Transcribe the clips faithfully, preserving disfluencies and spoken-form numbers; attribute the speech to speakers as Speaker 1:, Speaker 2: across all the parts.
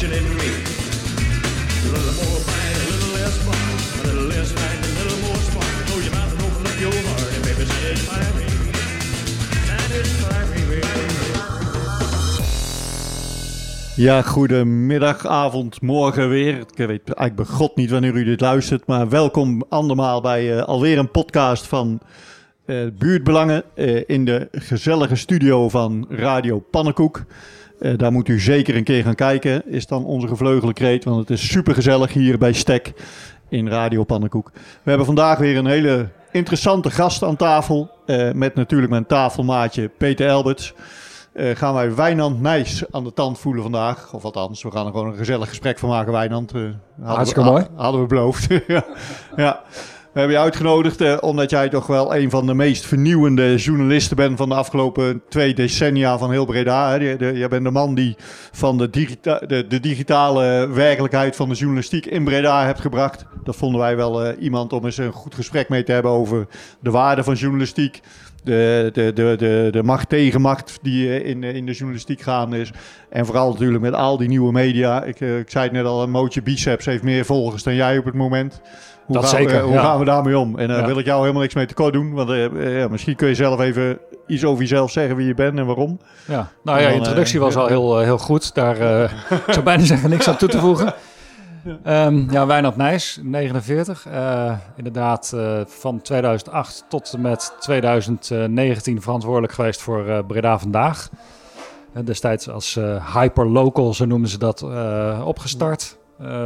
Speaker 1: passion in me. A little more fight, a little less fun. A little less fight, a little more spark. Close your mouth and open up your heart. And baby, satisfy me. Satisfy me, baby.
Speaker 2: Ja, goedemiddag, avond, morgen weer. Ik weet eigenlijk bij God niet wanneer u dit luistert, maar welkom andermaal bij uh, alweer een podcast van uh, Buurtbelangen uh, in de gezellige studio van Radio Pannenkoek. Uh, daar moet u zeker een keer gaan kijken, is dan onze gevleugelde kreet, want het is super gezellig hier bij Stek in Radio Pannenkoek. We hebben vandaag weer een hele interessante gast aan tafel, uh, met natuurlijk mijn tafelmaatje Peter Elberts. Uh, gaan wij Wijnand Nijs aan de tand voelen vandaag. Of althans, we gaan er gewoon een gezellig gesprek van maken, Wijnand. Uh,
Speaker 3: Hartstikke mooi.
Speaker 2: Ha- hadden we beloofd. ja. ja. We hebben je uitgenodigd uh, omdat jij toch wel een van de meest vernieuwende journalisten bent van de afgelopen twee decennia van heel Breda. Hè. De, de, jij bent de man die van de, digita- de, de digitale werkelijkheid van de journalistiek in Breda hebt gebracht. Dat vonden wij wel uh, iemand om eens een goed gesprek mee te hebben over de waarde van journalistiek. De, de, de, de, de macht tegenmacht die in, in de journalistiek gaande is. En vooral natuurlijk met al die nieuwe media. Ik, ik zei het net al, een mootje biceps heeft meer volgers dan jij op het moment. Hoe,
Speaker 3: dat
Speaker 2: gaan,
Speaker 3: zeker,
Speaker 2: we, hoe
Speaker 3: ja.
Speaker 2: gaan we daarmee om? En daar uh,
Speaker 3: ja.
Speaker 2: wil ik jou helemaal niks mee tekort doen. Want uh, ja, misschien kun je zelf even iets over jezelf zeggen wie je bent en waarom.
Speaker 3: Ja, nou ja, de introductie uh, was al heel, uh, heel goed. Daar uh, ik zou bijna zeggen niks aan toe te voegen. Um, ja, Wijnand Nijs, negenenveertig. Uh, inderdaad, uh, van tweeduizend acht tot en met tweeduizend negentien verantwoordelijk geweest voor uh, Breda Vandaag. Uh, destijds als uh, hyperlocal, zo noemen ze dat, uh, opgestart. Uh,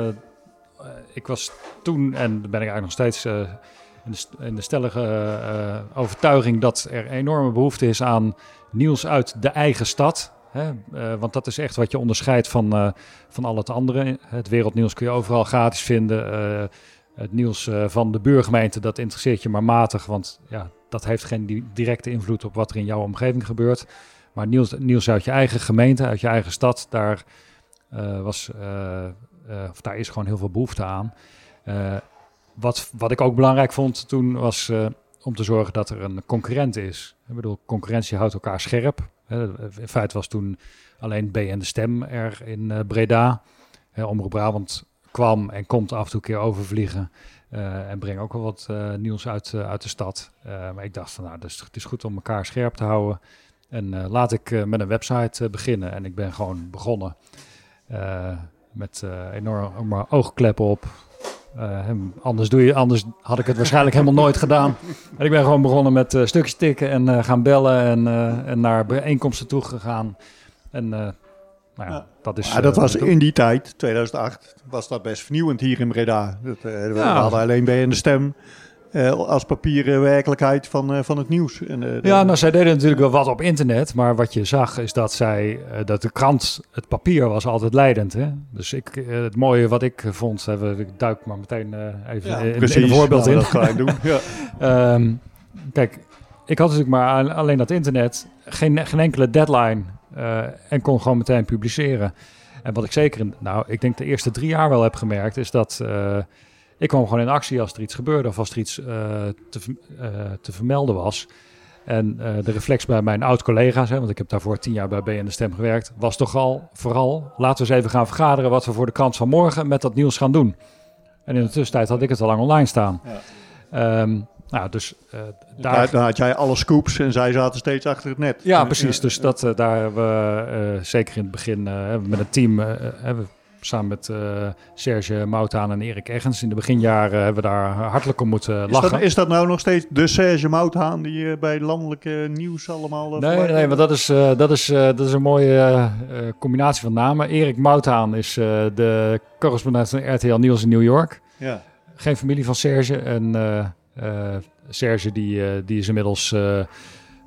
Speaker 3: ik was toen, en daar ben ik eigenlijk nog steeds uh, in, de, in de stellige uh, overtuiging dat er enorme behoefte is aan nieuws uit de eigen stad. Hè, uh, want dat is echt wat je onderscheidt van, uh, van al het andere. Het wereldnieuws kun je overal gratis vinden. Uh, het nieuws uh, van de buurgemeente, dat interesseert je maar matig. Want ja, dat heeft geen di- directe invloed op wat er in jouw omgeving gebeurt. Maar nieuws, nieuws uit je eigen gemeente, uit je eigen stad, daar, uh, was, uh, uh, of daar is gewoon heel veel behoefte aan. Uh, wat, wat ik ook belangrijk vond toen was uh, om te zorgen dat er een concurrent is. Ik bedoel, concurrentie houdt elkaar scherp. In feite was toen alleen B N De Stem er in uh, Breda. Uh, Omroep Brabant kwam en komt af en toe een keer overvliegen. Uh, en brengt ook wel wat uh, nieuws uit, uh, uit de stad. Uh, maar ik dacht van nou, dus, het is goed om elkaar scherp te houden. En uh, laat ik uh, met een website uh, beginnen. En ik ben gewoon begonnen. Uh, met uh, enorme oogkleppen op. Uh, anders, doe je, anders had ik het waarschijnlijk helemaal nooit gedaan. En ik ben gewoon begonnen met uh, stukjes tikken en uh, gaan bellen en, uh, en naar bijeenkomsten toe gegaan. En uh, nou ja, ja. dat is...
Speaker 2: Ja, dat
Speaker 3: uh,
Speaker 2: was in die tijd, tweeduizend acht, was dat best vernieuwend hier in Breda. Dat, uh, we
Speaker 3: ja.
Speaker 2: hadden alleen B N De Stem uh, als papieren werkelijkheid van, uh, van het nieuws. En, uh,
Speaker 3: ja, nou, zij deden natuurlijk wel wat op internet, maar wat je zag is dat zij, uh, dat de krant, het papier was altijd leidend. Hè? Dus ik, uh, het mooie wat ik vond, uh, ik duik maar meteen uh, even
Speaker 2: ja,
Speaker 3: in,
Speaker 2: precies,
Speaker 3: in een voorbeeld in.
Speaker 2: Dat gelijk doen. ja.
Speaker 3: um, kijk, ik had natuurlijk maar alleen dat internet, geen, geen enkele deadline uh, en kon gewoon meteen publiceren. En wat ik zeker, in, nou, ik denk de eerste drie jaar wel heb gemerkt, is dat... Uh, Ik kwam gewoon in actie als er iets gebeurde of als er iets uh, te, uh, te vermelden was. En uh, de reflex bij mijn oud-collega's, hè, want ik heb daarvoor tien jaar bij B N De Stem gewerkt, was toch al vooral, laten we eens even gaan vergaderen wat we voor de krant van morgen met dat nieuws gaan doen. En in de tussentijd had ik het al lang online staan. Ja. Um, nou, dus uh, daar...
Speaker 2: Dan had jij alle scoops en zij zaten steeds achter het net.
Speaker 3: Ja, precies. Dus dat, uh, daar hebben we uh, zeker in het begin uh, met een team... Uh, hebben samen met uh, Serge Mouthaan en Erik Eggens. In de beginjaren hebben we daar hartelijk om moeten lachen.
Speaker 2: Is dat, is dat nou nog steeds de Serge Mouthaan die uh, bij landelijke nieuws allemaal... Uh,
Speaker 3: nee, nee, maar dat is, uh, dat is, uh, dat is een mooie uh, combinatie van namen. Erik Mouthaan is uh, de correspondent van R T L Nieuws in New York.
Speaker 2: Ja.
Speaker 3: Geen familie van Serge. En uh, uh, Serge die, uh, die is inmiddels uh, uh,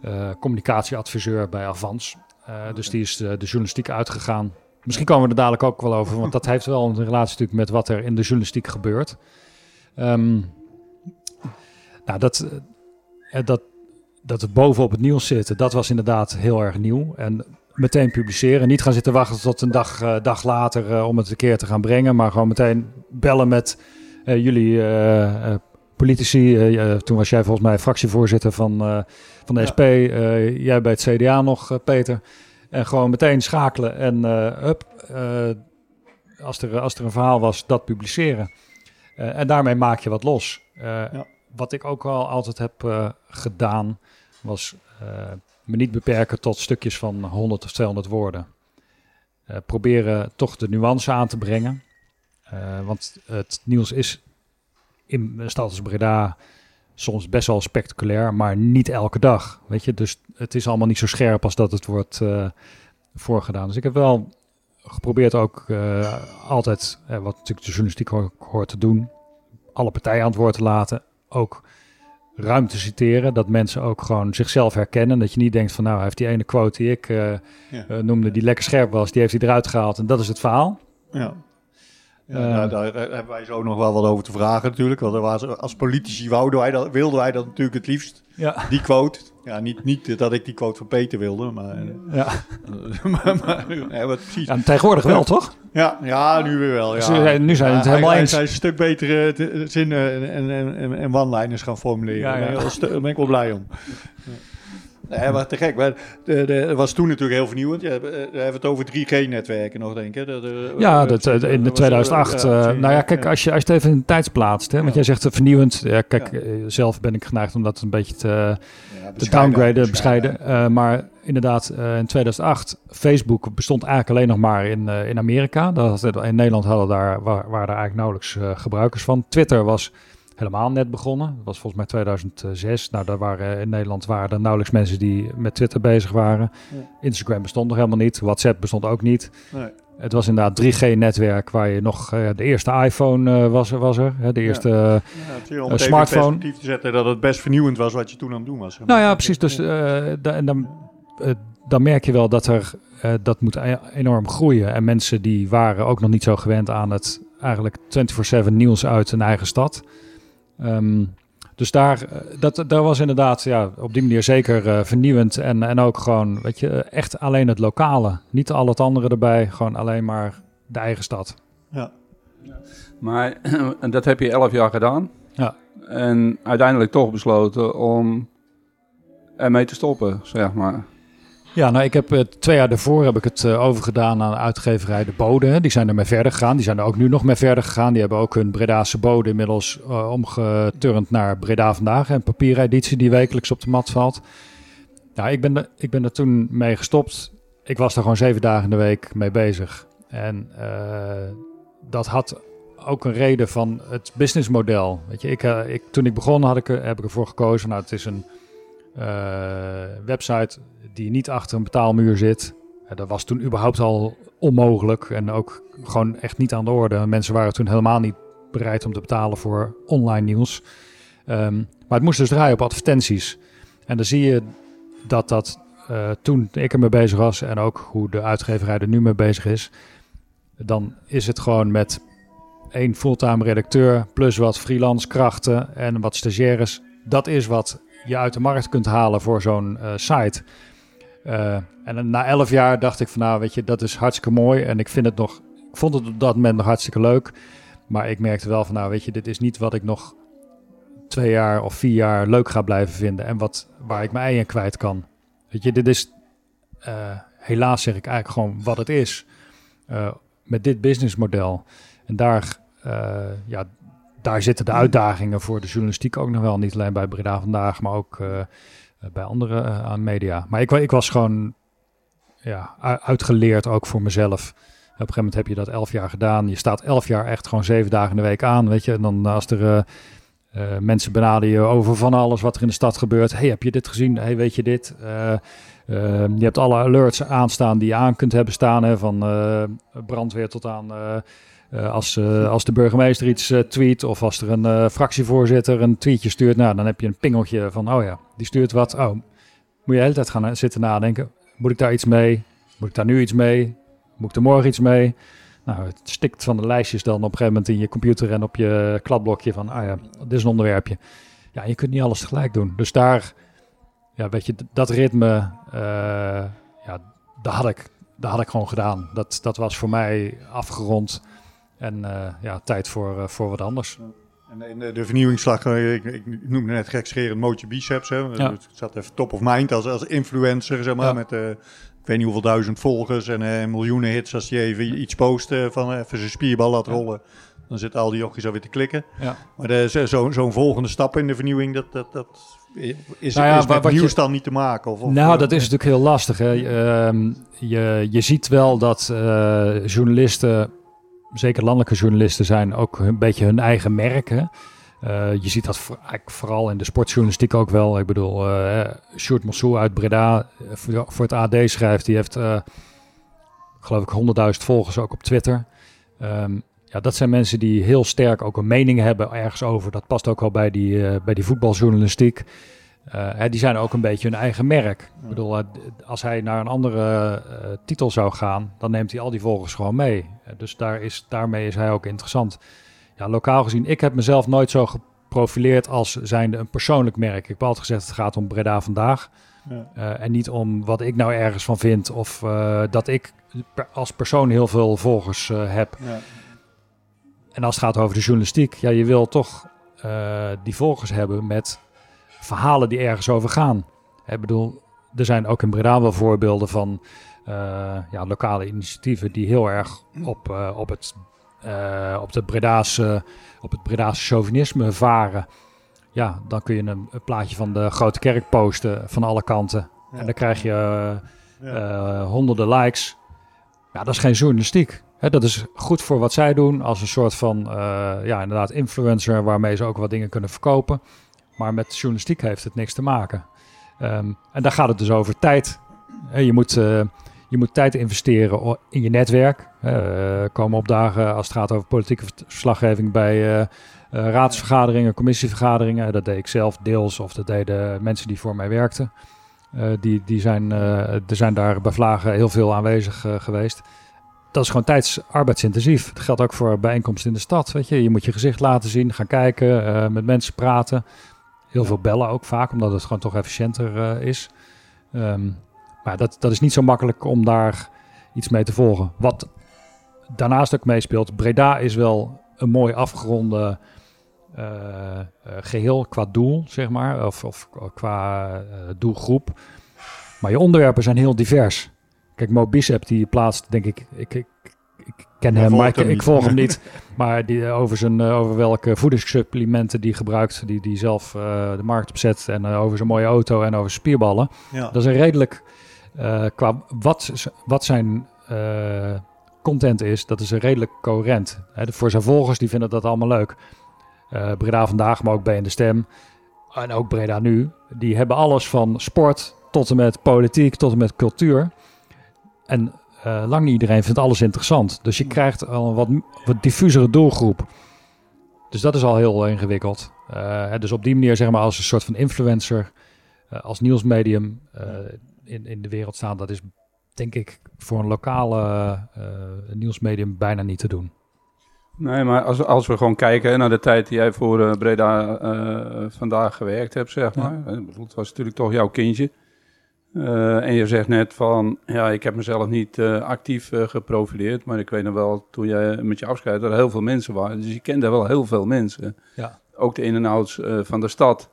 Speaker 3: communicatieadviseur bij Avans. Uh, okay. Dus die is uh, de journalistiek uitgegaan. Misschien komen we er dadelijk ook wel over, want dat heeft wel een relatie natuurlijk met wat er in de journalistiek gebeurt. Um, nou, dat, dat, dat we bovenop het nieuws zitten, dat was inderdaad heel erg nieuw. En meteen publiceren, niet gaan zitten wachten tot een dag, uh, dag later uh, om het een keer te gaan brengen, maar gewoon meteen bellen met uh, jullie uh, uh, politici. Uh, toen was jij volgens mij fractievoorzitter van, uh, van de S P, uh, jij bij het C D A nog, uh, Peter. En gewoon meteen schakelen en uh, up, uh, als er, als er een verhaal was, dat publiceren. Uh, en daarmee maak je wat los. Uh, ja. Wat ik ook al altijd heb uh, gedaan, was uh, me niet beperken tot stukjes van honderd of tweehonderd woorden. Uh, proberen toch de nuance aan te brengen. Uh, want het nieuws is in een stad als Breda soms best wel spectaculair, maar niet elke dag. Weet je? Dus het is allemaal niet zo scherp als dat het wordt uh, voorgedaan. Dus ik heb wel geprobeerd ook uh, altijd, uh, wat natuurlijk de journalistiek ho- hoort te doen, alle partijen aan het woord te laten. Ook ruim te citeren, dat mensen ook gewoon zichzelf herkennen. Dat je niet denkt van nou, hij heeft die ene quote die ik uh, ja. uh, noemde, die lekker scherp was, die heeft hij eruit gehaald en dat is het verhaal.
Speaker 2: Ja. Ja, uh, daar, daar, daar hebben wij zo nog wel wat over te vragen natuurlijk. Want er was, als politici wouden wij dat, wilden wij dat natuurlijk het liefst. Ja. Die quote. Ja, niet, niet dat ik die quote van Peter wilde, maar... Ja. maar, maar ja, wat precies.
Speaker 3: Ja, tegenwoordig wel, toch?
Speaker 2: Ja, ja, nu weer wel. Ja.
Speaker 3: Dus, nu zijn het ja, helemaal
Speaker 2: hij,
Speaker 3: eens.
Speaker 2: Hij is een stuk betere te, zinnen en, en, en, en one-liners gaan formuleren. Ja, ja. Daar, ben stu- daar ben ik wel blij om. Ja. Nee, maar te gek. Maar de, de, het was toen natuurlijk heel vernieuwend. Ja, we hebben het over drie G-netwerken nog, denk ik. De, de,
Speaker 3: ja, dat, de, in de tweeduizend acht. Uh, ja, uh, nou ja, kijk, als je, als je het even in de tijd plaatst. Hè, want ja. jij zegt uh, vernieuwend. Ja, kijk, ja. Uh, zelf ben ik geneigd om dat een beetje te, ja, te downgraden, bescheiden. bescheiden. Uh, maar inderdaad, uh, in tweeduizend acht, Facebook bestond eigenlijk alleen nog maar in, uh, in Amerika. Dat, in Nederland hadden daar, waren er eigenlijk nauwelijks uh, gebruikers van. Twitter was... helemaal net begonnen. Dat was volgens mij tweeduizend zes. Nou, daar waren in Nederland waren er nauwelijks mensen die met Twitter bezig waren. Ja. Instagram bestond nog helemaal niet. WhatsApp bestond ook niet. Nee. Het was inderdaad drie G-netwerk waar je nog... Uh, de eerste iPhone uh, was, was er. Hè, de eerste ja. Uh,
Speaker 2: ja, om uh, smartphone. Om te zetten dat het best vernieuwend was wat je toen aan het doen was.
Speaker 3: Nou ja, precies. Dus uh, da, en dan, uh, dan merk je wel dat er... Uh, dat moet enorm groeien. En mensen die waren ook nog niet zo gewend aan het... eigenlijk vierentwintig zeven nieuws uit een eigen stad... Um, dus daar, dat, daar was inderdaad ja, op die manier zeker uh, vernieuwend en, en ook gewoon, weet je, echt alleen het lokale. Niet al het andere erbij, gewoon alleen maar de eigen stad.
Speaker 4: Ja. Maar dat heb je elf jaar gedaan.
Speaker 3: Ja.
Speaker 4: En uiteindelijk toch besloten om ermee te stoppen, zeg maar.
Speaker 3: Ja, nou ik heb uh, twee jaar daarvoor heb ik het uh, overgedaan aan de uitgeverij De Bode. Hè. Die zijn ermee verder gegaan. Die zijn er ook nu nog mee verder gegaan. Die hebben ook hun Bredaanse Bode inmiddels uh, omgeturnd naar Breda Vandaag. Een papiereditie die wekelijks op de mat valt. Nou, ik ben, de, ik ben er toen mee gestopt. Ik was er gewoon zeven dagen in de week mee bezig. En uh, dat had ook een reden van het businessmodel. Weet je, ik, uh, ik, toen ik begon had ik, heb ik ervoor gekozen. Nou, het is een uh, website... die niet achter een betaalmuur zit. Ja, dat was toen überhaupt al onmogelijk en ook gewoon echt niet aan de orde. Mensen waren toen helemaal niet bereid om te betalen voor online nieuws. Um, maar het moest dus draaien op advertenties. En dan zie je dat dat uh, toen ik ermee bezig was en ook hoe de uitgeverij er nu mee bezig is, dan is het gewoon met één fulltime redacteur plus wat freelance krachten en wat stagiaires. Dat is wat je uit de markt kunt halen voor zo'n uh, site. Uh, en na elf jaar dacht ik van nou weet je, dat is hartstikke mooi. En ik vind het nog, ik vond het op dat moment nog hartstikke leuk. Maar ik merkte wel van nou weet je, dit is niet wat ik nog twee jaar of vier jaar leuk ga blijven vinden. En wat, waar ik mijn ei in kwijt kan. Weet je, dit is uh, helaas zeg ik eigenlijk gewoon wat het is. Uh, met dit businessmodel. En daar, uh, ja, daar zitten de uitdagingen voor de journalistiek ook nog wel. Niet alleen bij Breda Vandaag, maar ook... Uh, bij andere uh, media. Maar ik, ik was gewoon ja, uitgeleerd ook voor mezelf. Op een gegeven moment heb je dat elf jaar gedaan. Je staat elf jaar echt gewoon zeven dagen in de week aan. Weet je? En dan als er uh, uh, mensen benaderen je over van alles wat er in de stad gebeurt. Hey, heb je dit gezien? Hey, weet je dit? Uh, uh, je hebt alle alerts aanstaan die je aan kunt hebben staan. Hè, van uh, brandweer tot aan... Uh, Uh, als, uh, als de burgemeester iets uh, tweet of als er een uh, fractievoorzitter een tweetje stuurt, nou, dan heb je een pingeltje van, oh ja, die stuurt wat. Oh, moet je de hele tijd gaan zitten nadenken. Moet ik daar iets mee? Moet ik daar nu iets mee? Moet ik er morgen iets mee? Nou, het stikt van de lijstjes dan op een gegeven moment in je computer en op je kladblokje van, ah ja, dit is een onderwerpje. Ja, je kunt niet alles tegelijk doen. Dus daar, ja, weet je, dat ritme, uh, ja, dat had ik, dat had ik gewoon gedaan. Dat, dat was voor mij afgerond. En uh, ja, tijd voor, uh, voor wat anders.
Speaker 2: En, en de, de vernieuwingsslag, ik, ik noemde net gekscherend Mootje Biceps. Hè. Ja. Het zat even top of mind als, als influencer, zeg maar. Ja. Met, uh, ik weet niet hoeveel duizend volgers en uh, miljoenen hits als je even iets post uh, van uh, even zijn spierbal laat rollen. Dan zitten al die jochies alweer te klikken. Ja. Maar de, zo, zo, zo'n volgende stap in de vernieuwing, dat, dat, dat is, nou ja, is met nieuws dan niet te maken. Of, of,
Speaker 3: nou,
Speaker 2: uh,
Speaker 3: dat is natuurlijk heel lastig. Hè. Uh, je, je ziet wel dat uh, journalisten, zeker landelijke journalisten, zijn ook een beetje hun eigen merk. Hè. Uh, je ziet dat voor, eigenlijk vooral in de sportjournalistiek ook wel. Ik bedoel, uh, Sjoerd Mossou uit Breda voor, voor het A D schrijft. Die heeft, uh, geloof ik, honderdduizend volgers ook op Twitter. Um, ja, dat zijn mensen die heel sterk ook een mening hebben ergens over. Dat past ook wel bij die, uh, bij die voetbaljournalistiek. Uh, hè, die zijn ook een beetje hun eigen merk. Ja. Ik bedoel, uh, als hij naar een andere uh, titel zou gaan, dan neemt hij al die volgers gewoon mee. Uh, dus daar is, daarmee is hij ook interessant. Ja, lokaal gezien, ik heb mezelf nooit zo geprofileerd als zijnde een persoonlijk merk. Ik heb altijd gezegd, het gaat om Breda Vandaag. Ja. Uh, en niet om wat ik nou ergens van vind of uh, dat ik per, als persoon heel veel volgers uh, heb. Ja. En als het gaat over de journalistiek, ja, je wil toch uh, die volgers hebben met verhalen die ergens over gaan. Ik bedoel, er zijn ook in Breda wel voorbeelden van uh, ja, lokale initiatieven die heel erg op, uh, op het Uh, op, de Bredaanse, op het Bredaanse chauvinisme varen. Ja, dan kun je een, een plaatje van de Grote Kerk posten van alle kanten. Ja. En dan krijg je uh, ja. uh, honderden likes. Ja, dat is geen journalistiek. Hè, dat is goed voor wat zij doen als een soort van, uh, ja, inderdaad influencer waarmee ze ook wat dingen kunnen verkopen. Maar met journalistiek heeft het niks te maken. Um, en daar gaat het dus over tijd. Hè, je moet... Uh, Je moet tijd investeren in je netwerk. Uh, komen opdagen als het gaat over politieke verslaggeving bij uh, uh, raadsvergaderingen, commissievergaderingen. Dat deed ik zelf deels of dat deden mensen die voor mij werkten. Uh, die, die zijn, uh, er zijn daar bij Vlagen heel veel aanwezig uh, geweest. Dat is gewoon tijdsarbeidsintensief. Dat geldt ook voor bijeenkomsten in de stad. Weet je. Je moet je gezicht laten zien, gaan kijken, uh, met mensen praten. Heel veel bellen ook vaak, omdat het gewoon toch efficiënter uh, is. Um, Maar dat, dat is niet zo makkelijk om daar iets mee te volgen. Wat daarnaast ook meespeelt, Breda is wel een mooi afgeronde uh, uh, geheel qua doel, zeg maar. Of, of qua uh, doelgroep. Maar je onderwerpen zijn heel divers. Kijk, Mo Bicep die plaatst, denk ik, ik, ik, ik ken hem, maar ik, ik volg hem niet. Maar die, over, zijn, over welke voedingssupplementen die gebruikt, die, die zelf uh, de markt opzet. En uh, over zijn mooie auto en over spierballen. Ja. Dat is een redelijk... Uh, qua wat, wat zijn uh, content is, dat is een redelijk coherent. Hè, de, voor zijn volgers, die vinden dat allemaal leuk. Uh, Breda Vandaag, maar ook B N De Stem. En ook Breda Nu. Die hebben alles van sport tot en met politiek, tot en met cultuur. En uh, lang niet iedereen vindt alles interessant. Dus je krijgt al een wat, wat diffusere doelgroep. Dus dat is al heel ingewikkeld. Uh, dus op die manier, zeg maar, als een soort van influencer, uh, als nieuwsmedium... Uh, In, in de wereld staan, dat is denk ik voor een lokale uh, nieuwsmedium bijna niet te doen.
Speaker 4: Nee, maar als, als we gewoon kijken naar de tijd die jij voor uh, Breda uh, Vandaag gewerkt hebt, zeg maar. Ja. Het was natuurlijk toch jouw kindje. Uh, en je zegt net van, ja, ik heb mezelf niet uh, actief uh, geprofileerd, maar ik weet nog wel, toen jij met je afscheid, dat er heel veel mensen waren. Dus je kende wel heel veel mensen. Ja. Ook de in- en outs uh, van de stad.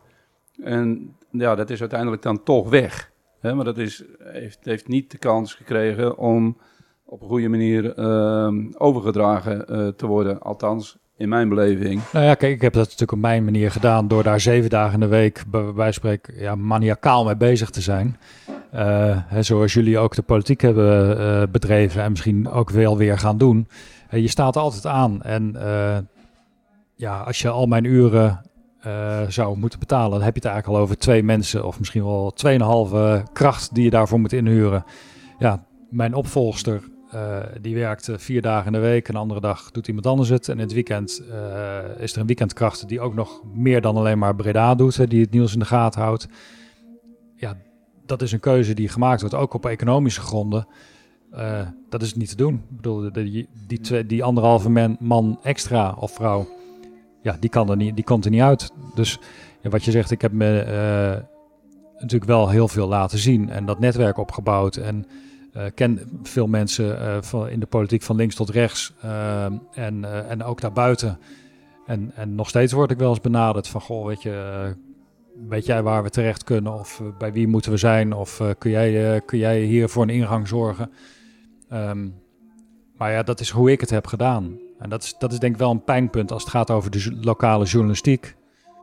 Speaker 4: En ja, dat is uiteindelijk dan toch weg. He, maar dat is, heeft, heeft niet de kans gekregen om op een goede manier uh, overgedragen uh, te worden. Althans, in mijn beleving.
Speaker 3: Nou ja, kijk, ik heb dat natuurlijk op mijn manier gedaan door daar zeven dagen in de week bij wijze van spreken ja, maniacaal mee bezig te zijn. Uh, hè, zoals jullie ook de politiek hebben uh, bedreven en misschien ook wel weer gaan doen. Uh, je staat altijd aan en uh, ja, als je al mijn uren... Uh, zou moeten betalen, dan heb je het eigenlijk al over twee mensen of misschien wel tweeënhalve kracht die je daarvoor moet inhuren. Ja, mijn opvolgster uh, die werkt uh, vier dagen in de week, een andere dag doet iemand anders het. En in het weekend uh, is er een weekendkracht die ook nog meer dan alleen maar Breda doet, hè, die het nieuws in de gaten houdt. Ja, dat is een keuze die gemaakt wordt, ook op economische gronden. Uh, dat is niet te doen. Ik bedoel, die, die, twee, die anderhalve man, man extra of vrouw, ja, die kan er niet, die komt er niet uit. Dus ja, wat je zegt, ik heb me uh, natuurlijk wel heel veel laten zien en dat netwerk opgebouwd en uh, ken veel mensen uh, van, in de politiek van links tot rechts uh, en, uh, en ook daarbuiten. En, en nog steeds word ik wel eens benaderd van, goh, weet je, uh, weet jij waar we terecht kunnen of uh, bij wie moeten we zijn of uh, kun, jij, uh, kun jij hier voor een ingang zorgen? Um, maar ja, dat is hoe ik het heb gedaan. En dat is, dat is denk ik wel een pijnpunt als het gaat over de jo- lokale journalistiek.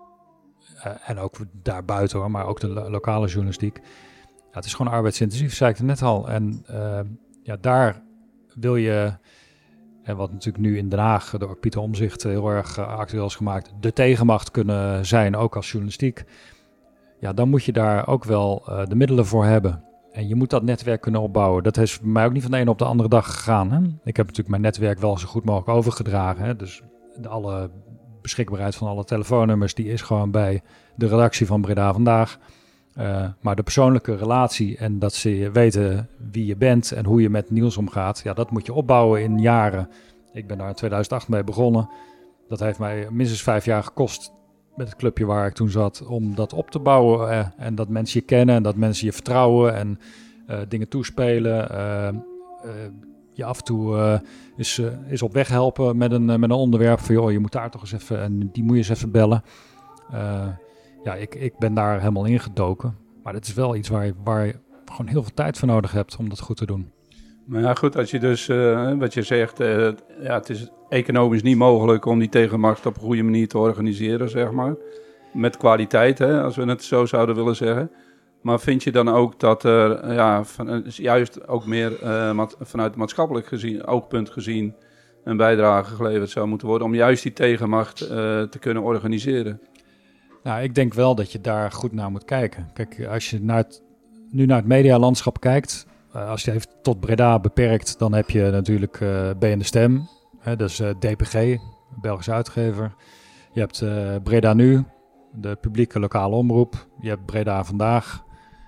Speaker 3: Uh, en ook daarbuiten hoor, maar ook de lo- lokale journalistiek. Ja, het is gewoon arbeidsintensief, zei ik het net al. En uh, ja, daar wil je, en wat natuurlijk nu in Den Haag door Pieter Omtzigt heel erg uh, actueel is gemaakt, de tegenmacht kunnen zijn, ook als journalistiek. Ja, dan moet je daar ook wel uh, de middelen voor hebben. En je moet dat netwerk kunnen opbouwen. Dat is voor mij ook niet van de ene op de andere dag gegaan. Hè? Ik heb natuurlijk mijn netwerk wel zo goed mogelijk overgedragen. Hè? Dus de alle beschikbaarheid van alle telefoonnummers, die is gewoon bij de redactie van Breda Vandaag. Uh, maar de persoonlijke relatie en dat ze weten wie je bent en hoe je met nieuws omgaat, ja, dat moet je opbouwen in jaren. Ik ben daar in tweeduizend acht mee begonnen. Dat heeft mij minstens vijf jaar gekost met het clubje waar ik toen zat om dat op te bouwen. Uh, en dat mensen je kennen en dat mensen je vertrouwen en uh, dingen toespelen. Uh, uh, je af en toe uh, is, uh, is op weg helpen met een, uh, met een onderwerp van joh, je moet daar toch eens even en die moet je eens even bellen. Uh, Ja, ik, ik ben daar helemaal ingedoken. Maar het is wel iets waar je, waar je gewoon heel veel tijd voor nodig hebt om dat goed te doen.
Speaker 4: Maar ja, goed, als je dus, uh, wat je zegt, uh, ja, het is economisch niet mogelijk om die tegenmacht op een goede manier te organiseren, zeg maar. Met kwaliteit, hè, als we het zo zouden willen zeggen. Maar vind je dan ook dat er, ja, van, juist ook meer uh, mat, vanuit maatschappelijk gezien, oogpunt gezien, een bijdrage geleverd zou moeten worden om juist die tegenmacht uh, te kunnen organiseren?
Speaker 3: Nou, ik denk wel dat je daar goed naar moet kijken. Kijk, als je naar het, nu naar het medialandschap kijkt, uh, als je even tot Breda beperkt, dan heb je natuurlijk uh, B N De Stem, hè, dat is uh, D P G, Belgische uitgever. Je hebt uh, Breda Nu, de publieke lokale omroep. Je hebt Breda Vandaag.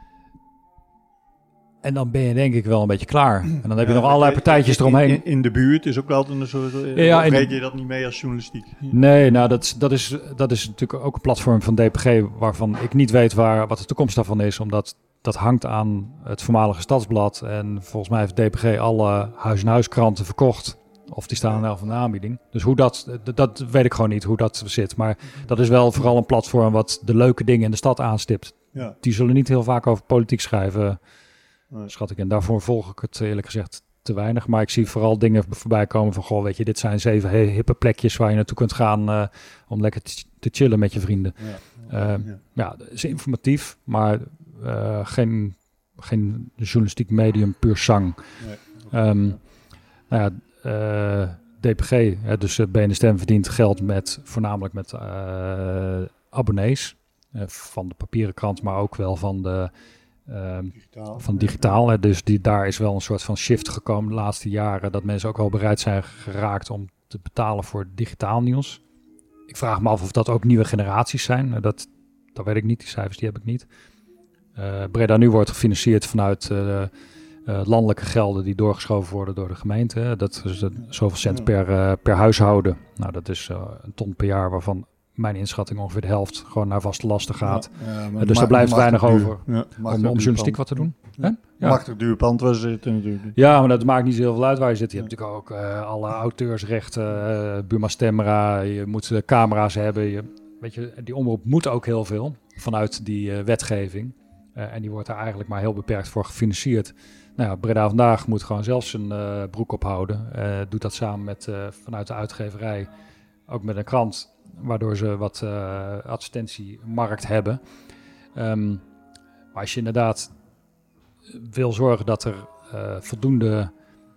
Speaker 3: En dan ben je denk ik wel een beetje klaar. En dan heb je
Speaker 2: ja,
Speaker 3: nog allerlei partijtjes eromheen.
Speaker 2: In, in de buurt is ook altijd een soort...
Speaker 3: Ja, ja,
Speaker 2: of
Speaker 3: de,
Speaker 2: reed je dat niet mee als journalistiek?
Speaker 3: Nee, nou dat, dat, is, dat is natuurlijk ook een platform van D P G waarvan ik niet weet waar, wat de toekomst daarvan is. Omdat dat hangt aan het voormalige Stadsblad. En volgens mij heeft D P G alle huis-en-huis-kranten verkocht. Of die staan er van de aanbieding. Dus hoe dat, dat weet ik gewoon niet, hoe dat zit. Maar dat is wel vooral een platform wat de leuke dingen in de stad aanstipt.
Speaker 2: Ja.
Speaker 3: Die zullen niet heel vaak over politiek schrijven, nee. Schat ik. En daarvoor volg ik het eerlijk gezegd te weinig. Maar ik zie vooral dingen voorbij komen van, goh, weet je, dit zijn zeven hippe plekjes waar je naartoe kunt gaan uh, om lekker te, te chillen met je vrienden. Ja, uh, ja. ja dat is informatief, maar uh, geen, geen journalistiek medium puur zang. Nee. Um, nou ja, Uh, D P G, hè, dus uh, B N De Stem verdient geld met voornamelijk met uh, abonnees uh, van de papieren krant, maar ook wel van de uh, digitaal. Van digitaal. Hè, dus die, daar is wel een soort van shift gekomen de laatste jaren dat mensen ook wel bereid zijn geraakt om te betalen voor digitaal nieuws. Ik vraag me af of dat ook nieuwe generaties zijn. Uh, dat, dat weet ik niet, die cijfers die heb ik niet. Uh, Breda Nu wordt gefinancierd vanuit uh, Uh, landelijke gelden die doorgeschoven worden door de gemeente. Dat is uh, zoveel cent per, uh, per huishouden. Nou, dat is uh, een ton per jaar, waarvan mijn inschatting ongeveer de helft gewoon naar vaste lasten gaat. Ja, ja, uh, dus daar blijft weinig over ja, om, om journalistiek wat te doen.
Speaker 2: Ja. Ja. Machtig duur pand waar ze zitten natuurlijk.
Speaker 3: Ja, maar dat maakt niet zo heel veel uit waar je zit. Je hebt natuurlijk ook uh, alle auteursrechten, uh, Buma Stemra, je moet uh, camera's hebben. Je, weet je, die omroep moet ook heel veel vanuit die uh, wetgeving. Uh, en die wordt daar eigenlijk maar heel beperkt voor gefinancierd. Nou ja, Breda Vandaag moet gewoon zelf zijn uh, broek ophouden. Uh, doet dat samen met uh, vanuit de uitgeverij, ook met een krant, waardoor ze wat uh, advertentiemarkt hebben. Um, maar als je inderdaad wil zorgen dat er uh, voldoende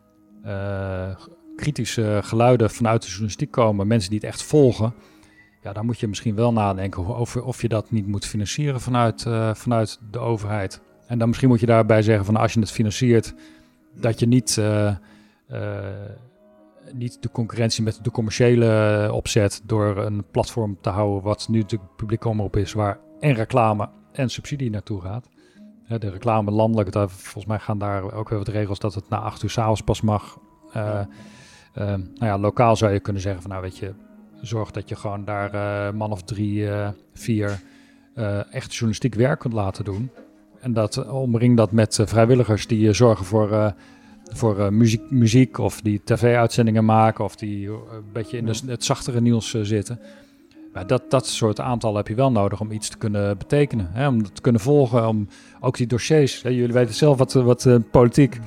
Speaker 3: uh, kritische geluiden vanuit de journalistiek komen, mensen die het echt volgen, ja, dan moet je misschien wel nadenken over of je dat niet moet financieren vanuit, uh, vanuit de overheid. En dan misschien moet je daarbij zeggen van als je het financiert, dat je niet, uh, uh, niet de concurrentie met de commerciële opzet door een platform te houden wat nu natuurlijk publieke omroep is, waar en reclame en subsidie naartoe gaat. Uh, de reclame landelijk, daar, volgens mij gaan daar ook weer wat regels dat het na acht uur 's avonds pas mag. Uh, uh, nou ja, lokaal zou je kunnen zeggen van nou weet je, zorg dat je gewoon daar uh, man of drie, uh, vier uh, echt journalistiek werk kunt laten doen. En dat omring dat met uh, vrijwilligers die uh, zorgen voor, uh, voor uh, muziek, muziek of die tv-uitzendingen maken of die uh, een beetje in de, het zachtere nieuws uh, zitten. Ja, dat, dat soort aantallen heb je wel nodig om iets te kunnen betekenen. Hè? Om te kunnen volgen, om ook die dossiers. Hè? Jullie weten zelf wat, wat uh, politiek...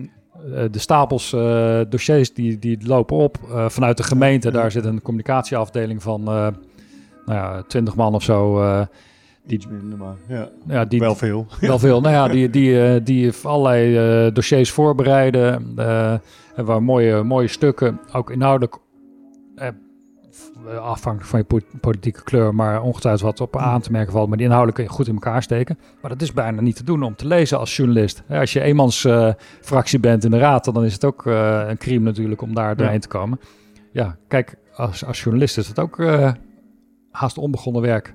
Speaker 3: Uh, de stapels uh, dossiers die, die lopen op. Uh, vanuit de gemeente, daar zit een communicatieafdeling van... Uh, nou ja, twintig man of zo... Uh, Die,
Speaker 2: Iets minder, maar ja,
Speaker 3: ja, die,
Speaker 2: wel veel.
Speaker 3: Wel veel. Nou ja, die, die, uh, die allerlei uh, dossiers voorbereiden. Uh, en waar mooie, mooie stukken, ook inhoudelijk, uh, afhankelijk van je po- politieke kleur, maar ongetwijfeld wat op aan te merken valt, maar die inhoudelijk goed in elkaar steken. Maar dat is bijna niet te doen om te lezen als journalist. Ja, als je eenmans uh, fractie bent in de raad, dan is het ook uh, een crime natuurlijk om daar doorheen ja. te komen. Ja, kijk, als, als journalist is het ook uh, haast onbegonnen werk.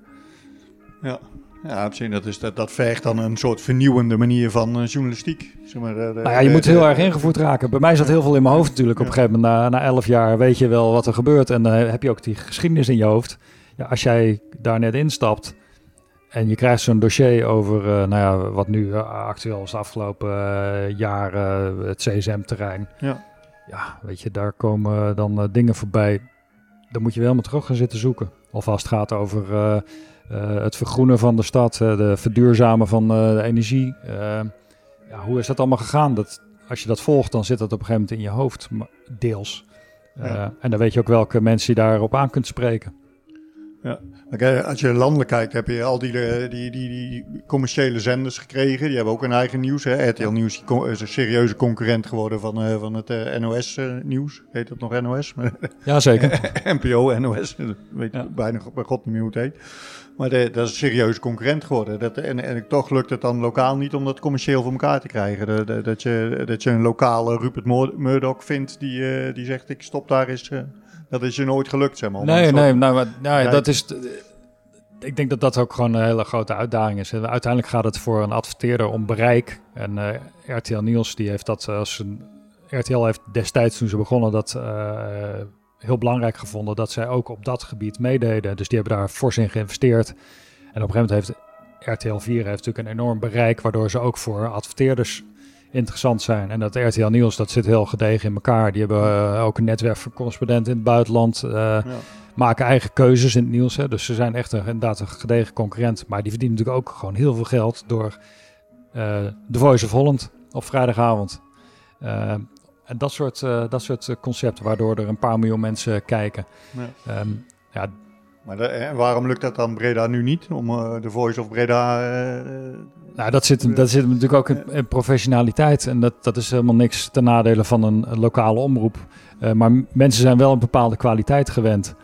Speaker 2: Ja, ja, op zich, dat, is, dat, dat vergt dan een soort vernieuwende manier van uh, journalistiek. Zeg maar, de, de,
Speaker 3: nou ja, je
Speaker 2: de,
Speaker 3: moet
Speaker 2: de,
Speaker 3: heel
Speaker 2: de,
Speaker 3: erg ingevoerd raken. Bij mij zat heel veel in mijn hoofd natuurlijk. Op een gegeven moment, na, na elf jaar, weet je wel wat er gebeurt. En dan uh, heb je ook die geschiedenis in je hoofd. Ja, als jij daar net instapt en je krijgt zo'n dossier over, uh, nou ja, wat nu uh, actueel is de afgelopen uh, jaren, uh, het C S M-terrein. Ja. ja, weet je, daar komen dan uh, dingen voorbij. Dan moet je wel maar terug gaan zitten zoeken. Of als het gaat over... Uh, Uh, het vergroenen van de stad, uh, de verduurzamen van uh, de energie. Uh, ja, hoe is dat allemaal gegaan? Dat, als je dat volgt, dan zit dat op een gegeven moment in je hoofd, deels. Uh, ja. En dan weet je ook welke mensen je daarop aan kunt spreken.
Speaker 2: Ja, okay, als je landelijk kijkt, heb je al die, die, die, die commerciële zenders gekregen. Die hebben ook een eigen nieuws. Hè? R T L Nieuws is een serieuze concurrent geworden van, uh, van het uh, N O S-nieuws. Uh, heet dat nog N O S?
Speaker 3: Jazeker.
Speaker 2: N P O, N O S. Ik weet ja. bijna bij God niet meer hoe het heet. Maar de, dat is een serieuze concurrent geworden. Dat, en, en toch lukt het dan lokaal niet om dat commercieel voor elkaar te krijgen. De, de, dat, je, dat je een lokale Rupert Murdoch vindt die, uh, die zegt ik stop daar eens... Uh, dat is je nooit gelukt, zeg maar.
Speaker 3: Nee, soort... nee, nou, maar, nou ja, dat is... Ik denk dat dat ook gewoon een hele grote uitdaging is. Uiteindelijk gaat het voor een adverteerder om bereik. En uh, R T L Nieuws, die heeft dat als een... R T L heeft destijds, toen ze begonnen, dat uh, heel belangrijk gevonden... dat zij ook op dat gebied meededen. Dus die hebben daar fors in geïnvesteerd. En op een gegeven moment heeft R T L vier heeft natuurlijk een enorm bereik... waardoor ze ook voor adverteerders interessant zijn. En dat R T L Nieuws, dat zit heel gedegen in elkaar. Die hebben uh, ook een netwerk van correspondenten in het buitenland... Uh, ja. Maken eigen keuzes in het nieuws. Hè. Dus ze zijn echt een, inderdaad een gedegen concurrent. Maar die verdienen natuurlijk ook gewoon heel veel geld door uh, The Voice of Holland op vrijdagavond. Uh, en dat soort, uh, dat soort concepten waardoor er een paar miljoen mensen kijken. Ja. Um, ja.
Speaker 2: Maar de, en waarom lukt dat dan Breda nu niet? Om uh, The Voice of Breda... Uh,
Speaker 3: nou, dat zit, dat zit natuurlijk ook in, in professionaliteit. En dat, dat is helemaal niks ten nadele van een, een lokale omroep. Uh, maar m- mensen zijn wel een bepaalde kwaliteit gewend...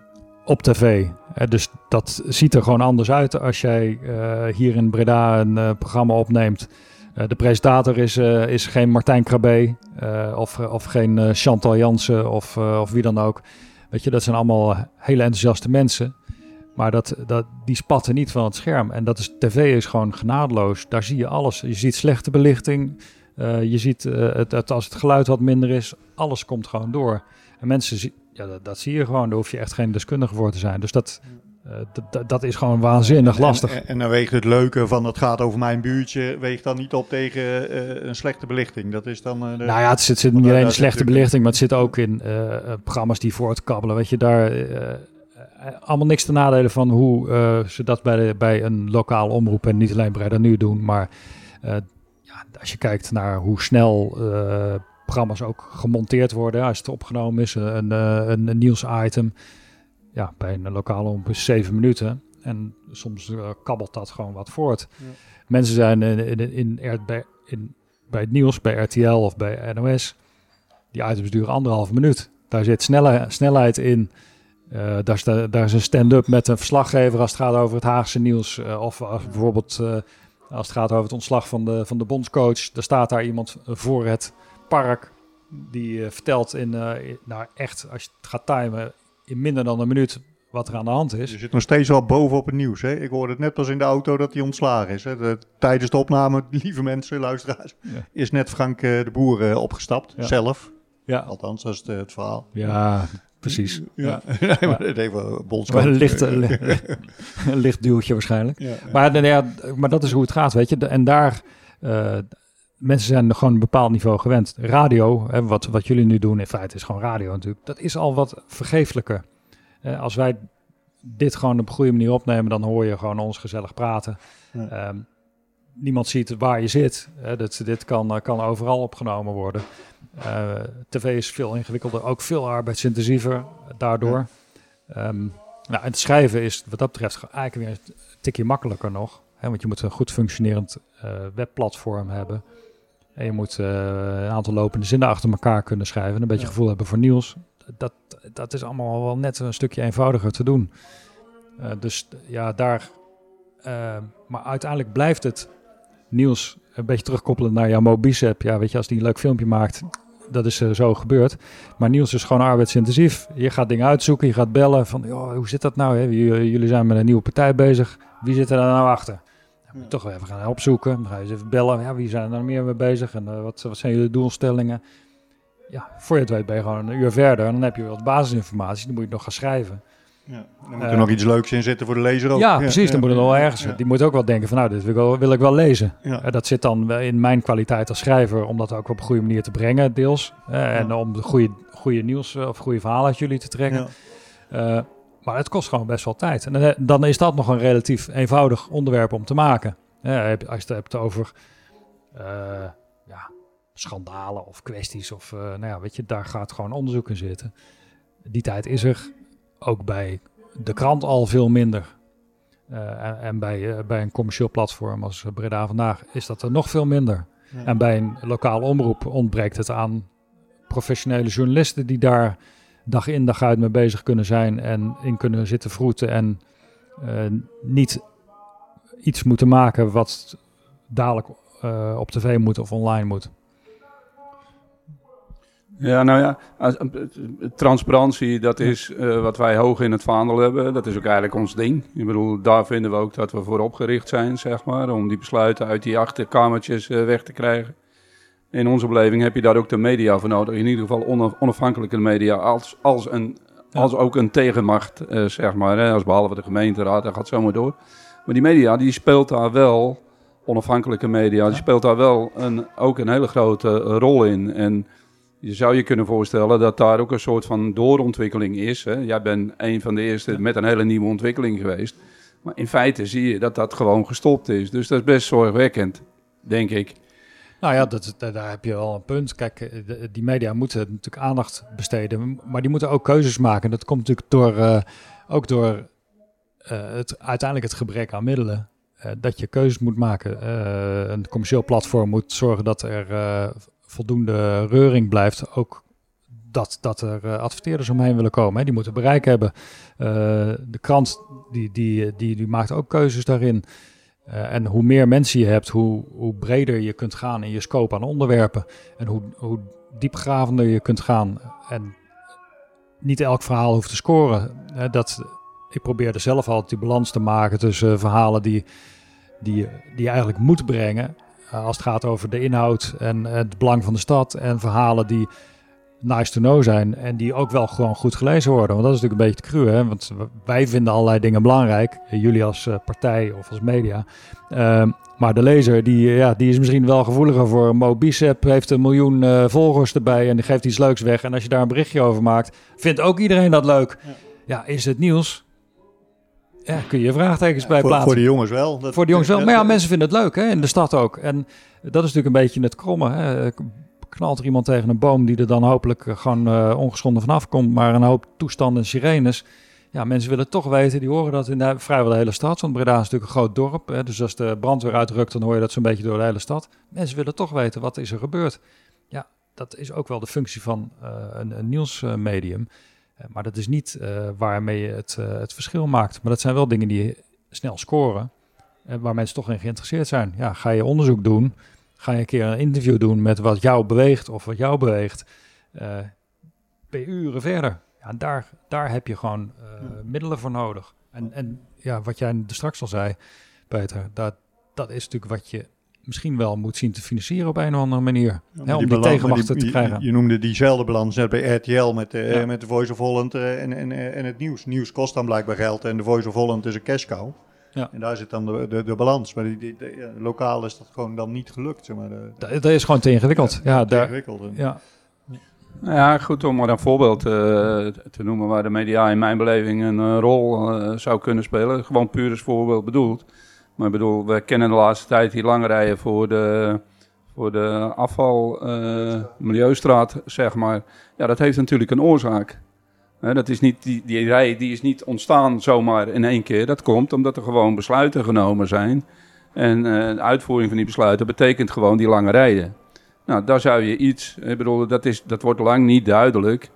Speaker 3: op tv. Uh, dus dat ziet er gewoon anders uit als jij uh, hier in Breda een uh, programma opneemt. Uh, de presentator is, uh, is geen Martijn Krabbe uh, of, of geen uh, Chantal Jansen of, uh, of wie dan ook. Weet je, dat zijn allemaal hele enthousiaste mensen. Maar dat, dat, die spatten niet van het scherm. En dat is, tv is gewoon genadeloos. Daar zie je alles. Je ziet slechte belichting. Uh, je ziet uh, het, het, als het geluid wat minder is. Alles komt gewoon door. En mensen zien... Ja, dat, dat zie je gewoon. Daar hoef je echt geen deskundige voor te zijn. Dus dat, uh, d- d- dat is gewoon waanzinnig
Speaker 2: en,
Speaker 3: lastig.
Speaker 2: En, en dan weegt het leuke van het gaat over mijn buurtje... weegt dan niet op tegen uh, een slechte belichting. Dat is dan... Uh, de...
Speaker 3: Nou ja, het zit, zit niet alleen in slechte belichting... maar het zit ook in uh, programma's die voortkabbelen. Weet je, daar... Uh, allemaal niks te nadelen van hoe uh, ze dat bij, de, bij een lokale omroep... en niet alleen Breda Nu doen, maar... Uh, ja, als je kijkt naar hoe snel... Uh, programma's ook gemonteerd worden als het opgenomen is, een, een, een nieuwsitem. Ja, bij een lokale omroep is zeven minuten en soms uh, kabbelt dat gewoon wat voort. Ja. Mensen zijn in, in, in, in, bij, in, bij het nieuws, bij R T L of bij N O S, die items duren anderhalve minuut. Daar zit snelle, snelheid in. Uh, daar, is de, daar is een stand-up met een verslaggever als het gaat over het Haagse nieuws. Uh, of als bijvoorbeeld uh, als het gaat over het ontslag van de, van de bondscoach. Er staat daar iemand voor het park die uh, vertelt in, uh, in, nou echt, als je het gaat timen, in minder dan een minuut wat er aan de hand is.
Speaker 2: Je zit nog steeds wel bovenop het nieuws. Hè? Ik hoorde het net pas in de auto dat hij ontslagen is. Hè? De, tijdens de opname, lieve mensen, luisteraars, ja. is net Frank uh, de Boer uh, opgestapt, ja. zelf. Ja. Althans, dat is het, uh, het verhaal.
Speaker 3: Ja, precies.
Speaker 2: Ja, ja. nee, maar het even bondscoach.
Speaker 3: Een licht, een licht duwtje waarschijnlijk. Ja, ja. Maar, ja, maar dat is hoe het gaat, weet je. En daar... Uh, Mensen zijn er gewoon een bepaald niveau gewend. Radio, hè, wat, wat jullie nu doen, in feite is gewoon radio natuurlijk. Dat is al wat vergeeflijker. Eh, als wij dit gewoon op een goede manier opnemen, dan hoor je gewoon ons gezellig praten. Ja. Um, niemand ziet waar je zit. Hè, dat, dit kan, kan overal opgenomen worden. Uh, tv is veel ingewikkelder, ook veel arbeidsintensiever daardoor. Ja. Um, nou, en het schrijven is wat dat betreft eigenlijk weer een tikje makkelijker nog. Hè, want je moet een goed functionerend uh, webplatform hebben. En je moet uh, een aantal lopende zinnen achter elkaar kunnen schrijven. En een beetje ja. gevoel hebben voor nieuws. Dat, dat is allemaal wel net een stukje eenvoudiger te doen. Uh, dus ja, daar... Uh, maar uiteindelijk blijft het nieuws een beetje terugkoppelen naar jouw Mobicep. Ja, weet je, als die een leuk filmpje maakt, dat is uh, zo gebeurd. Maar nieuws is gewoon arbeidsintensief. Je gaat dingen uitzoeken, je gaat bellen van, joh, hoe zit dat nou? Hè? J- jullie zijn met een nieuwe partij bezig. Wie zit er nou achter? Dan moet je toch even gaan opzoeken. Dan ga je eens even bellen. Ja, wie zijn er nou meer mee bezig? En uh, wat, wat zijn jullie doelstellingen? Ja, voor je het weet ben je gewoon een uur verder. En dan heb je wat basisinformatie. Dan moet je nog gaan schrijven.
Speaker 2: Ja, dan moet er uh, nog iets leuks in zitten voor de lezer ook.
Speaker 3: Ja, ja precies. Ja, dan moet er nog wel ergens...
Speaker 2: Ja.
Speaker 3: Die moet ook wel denken van, nou, dit wil ik wel, wil ik wel lezen. Ja. Uh, dat zit dan in mijn kwaliteit als schrijver, om dat ook op een goede manier te brengen, deels. Uh, ja. En om de goede, goede nieuws uh, of goede verhalen uit jullie te trekken. Ja. Uh, maar het kost gewoon best wel tijd. En dan, dan is dat nog een relatief eenvoudig onderwerp om te maken. Uh, als je het hebt over uh, ja, schandalen of kwesties, of uh, nou ja, weet je, daar gaat gewoon onderzoek in zitten. Die tijd is er. Ook bij de krant al veel minder. Uh, en en bij, uh, bij een commercieel platform als Breda Vandaag is dat er nog veel minder. Ja. En bij een lokale omroep ontbreekt het aan professionele journalisten die daar dag in dag uit mee bezig kunnen zijn en in kunnen zitten vroeten en uh, niet iets moeten maken wat dadelijk uh, op tv moet of online moet.
Speaker 4: Ja, nou ja, als, transparantie, dat is uh, wat wij hoog in het vaandel hebben. Dat is ook eigenlijk ons ding. Ik bedoel, daar vinden we ook dat we voor opgericht zijn, zeg maar, om die besluiten uit die achterkamertjes uh, weg te krijgen. In onze beleving heb je daar ook de media voor nodig. In ieder geval ona- onafhankelijke media als, als, een, ja. als ook een tegenmacht, uh, zeg maar. Hè, als behalve de gemeenteraad, dat gaat zomaar door. Maar die media, die speelt daar wel, onafhankelijke media, die speelt daar wel een, ook een hele grote uh, rol in. En je zou je kunnen voorstellen dat daar ook een soort van doorontwikkeling is. Hè? Jij bent een van de eerste ja. met een hele nieuwe ontwikkeling geweest. Maar in feite zie je dat dat gewoon gestopt is. Dus dat is best zorgwekkend, denk ik.
Speaker 3: Nou ja, dat, daar heb je wel een punt. Kijk, de, die media moeten natuurlijk aandacht besteden. Maar die moeten ook keuzes maken. Dat komt natuurlijk door, uh, ook door uh, het, uiteindelijk het gebrek aan middelen. Uh, dat je keuzes moet maken. Uh, een commercieel platform moet zorgen dat er uh, voldoende reuring blijft. Ook dat, dat er uh, adverteerders omheen willen komen. Hè. Die moeten bereik hebben. Uh, de krant die, die, die, die maakt ook keuzes daarin. Uh, en hoe meer mensen je hebt, hoe, hoe breder je kunt gaan in je scope aan onderwerpen. En hoe, hoe diepgravender je kunt gaan. En niet elk verhaal hoeft te scoren. Uh, dat, ik probeerde zelf altijd die balans te maken tussen uh, verhalen die, die, die je eigenlijk moet brengen. Uh, als het gaat over de inhoud en uh, het belang van de stad. En verhalen die nice to know zijn en die ook wel gewoon goed gelezen worden. Want dat is natuurlijk een beetje te cru, hè? Want wij vinden allerlei dingen belangrijk. Jullie als uh, partij of als media. Uh, maar de lezer, die, ja, die is misschien wel gevoeliger voor. Mo Bicep heeft een miljoen uh, volgers erbij en die geeft iets leuks weg. En als je daar een berichtje over maakt, vindt ook iedereen dat leuk. Ja, ja is het nieuws? Ja, kun je je vraagtekens ja, bij
Speaker 2: voor,
Speaker 3: plaatsen.
Speaker 2: Voor de jongens wel. Dat,
Speaker 3: voor de jongens wel. Maar ja, mensen vinden het leuk, hè? In de stad ook. En dat is natuurlijk een beetje het kromme, hè? Knalt er iemand tegen een boom die er dan hopelijk gewoon uh, ongeschonden vanaf komt, maar een hoop toestanden en sirenes. Ja, mensen willen toch weten, die horen dat in de, vrijwel de hele stad, want Breda is natuurlijk een groot dorp. Hè, dus als de brandweer uitrukt, dan hoor je dat zo'n beetje door de hele stad. Mensen willen toch weten, wat is er gebeurd? Ja, dat is ook wel de functie van uh, een, een nieuwsmedium. Uh, maar dat is niet uh, waarmee je het, uh, het verschil maakt. Maar dat zijn wel dingen die snel scoren, uh, waar mensen toch in geïnteresseerd zijn. Ja, ga je onderzoek doen, ga je een keer een interview doen met wat jou beweegt of wat jou beweegt. Uh, ben je uren verder. Ja, daar, daar heb je gewoon uh, middelen voor nodig. En, en ja, wat jij er straks al zei, Peter, dat, dat is natuurlijk wat je misschien wel moet zien te financieren op een of andere manier. Ja, hè, om die, die tegenmachten te krijgen.
Speaker 2: Je, je noemde diezelfde balans net bij R T L met, uh, ja. met de Voice of Holland uh, en, en, en het nieuws. Nieuws kost dan blijkbaar geld en de Voice of Holland is een cash cow. Ja. En daar zit dan de, de, de balans. Maar die, die, de, ja, lokaal is dat gewoon dan niet gelukt. Zeg maar. De,
Speaker 3: dat, dat is gewoon te ingewikkeld. Ja, ja,
Speaker 2: te
Speaker 3: daar,
Speaker 2: ingewikkeld.
Speaker 3: Ja.
Speaker 4: Ja, goed, om maar een voorbeeld uh, te noemen waar de media in mijn beleving een uh, rol uh, zou kunnen spelen. Gewoon puur als voorbeeld bedoeld. Maar ik bedoel, we kennen de laatste tijd die lange rijen voor de, voor de afval, uh, milieustraat, zeg maar. Ja, dat heeft natuurlijk een oorzaak. He, dat is niet, die, die rij die is niet ontstaan zomaar in één keer. Dat komt omdat er gewoon besluiten genomen zijn. En uh, de uitvoering van die besluiten betekent gewoon die lange rijden. Nou, daar zou je iets... Ik bedoel, dat, is, dat wordt lang niet duidelijk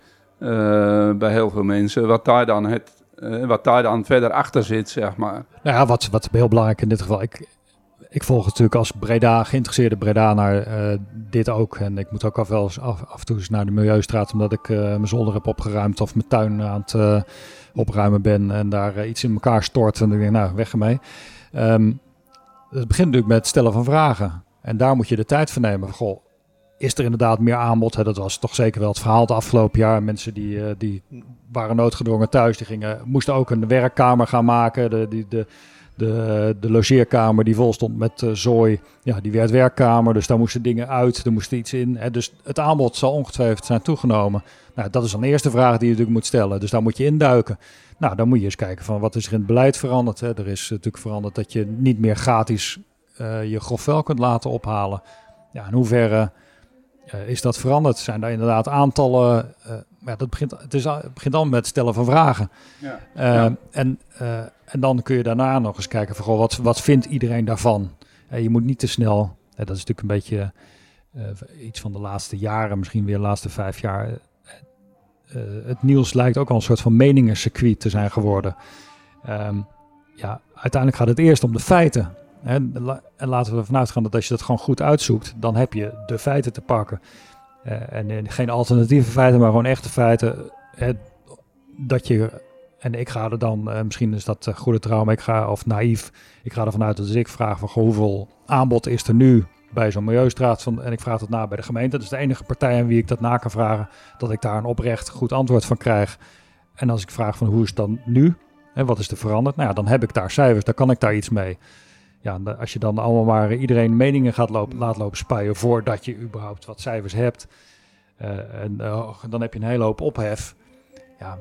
Speaker 4: uh, bij heel veel mensen. Wat daar, dan het, uh, wat daar dan verder achter zit, zeg maar.
Speaker 3: Nou ja, wat, wat heel belangrijk in dit geval... Ik, ik volg natuurlijk als Breda, geïnteresseerde Bredaner uh, dit ook. En ik moet ook af, wel eens af, af en toe eens naar de Milieustraat... omdat ik uh, mijn zolder heb opgeruimd of mijn tuin aan het uh, opruimen ben... en daar uh, iets in elkaar stort. En dan denk ik, nou, weg ermee. Um, het begint natuurlijk met het stellen van vragen. En daar moet je de tijd voor nemen. Goh, is er inderdaad meer aanbod? Hè? Dat was toch zeker wel het verhaal het afgelopen jaar. Mensen die, uh, die waren noodgedwongen thuis. Die gingen, moesten ook een werkkamer gaan maken. De, die, de, de, de logeerkamer die vol stond met uh, zooi. Ja, die werd werkkamer. Dus daar moesten dingen uit. Er moest iets in. Hè? Dus het aanbod zal ongetwijfeld zijn toegenomen. Nou, dat is dan de eerste vraag die je natuurlijk moet stellen. Dus daar moet je induiken. Nou, dan moet je eens kijken van wat is er in het beleid veranderd. Hè? Er is natuurlijk veranderd dat je niet meer gratis uh, je grof vuil kunt laten ophalen. Ja, in hoeverre uh, is dat veranderd? Zijn daar inderdaad aantallen? Uh, ja, dat begint, het, is, het begint allemaal met het stellen van vragen. Ja. Uh, ja. En, uh, en dan kun je daarna nog eens kijken van goh, wat, wat vindt iedereen daarvan? Uh, je moet niet te snel, uh, dat is natuurlijk een beetje uh, iets van de laatste jaren, misschien weer de laatste vijf jaar. Uh, Uh, het nieuws lijkt ook al een soort van meningencircuit te zijn geworden. Um, ja, uiteindelijk gaat het eerst om de feiten. Hè? En laten we ervan uitgaan dat als je dat gewoon goed uitzoekt, dan heb je de feiten te pakken. Uh, en, en geen alternatieve feiten, maar gewoon echte feiten. Uh, dat je, en ik ga er dan, uh, misschien is dat uh, goede trouw, maar ik ga, of naïef, ik ga ervan uit dat als ik vraag van goh, hoeveel aanbod is er nu bij zo'n milieustraat van, en ik vraag dat na bij de gemeente. Dat is de enige partij aan wie ik dat na kan vragen, dat ik daar een oprecht goed antwoord van krijg. En als ik vraag van hoe is het dan nu? En wat is er veranderd? Nou ja, dan heb ik daar cijfers, dan kan ik daar iets mee. Ja, als je dan allemaal maar iedereen meningen gaat lopen, laat lopen spuien voordat je überhaupt wat cijfers hebt. Uh, en uh, dan heb je een hele hoop ophef. Ja,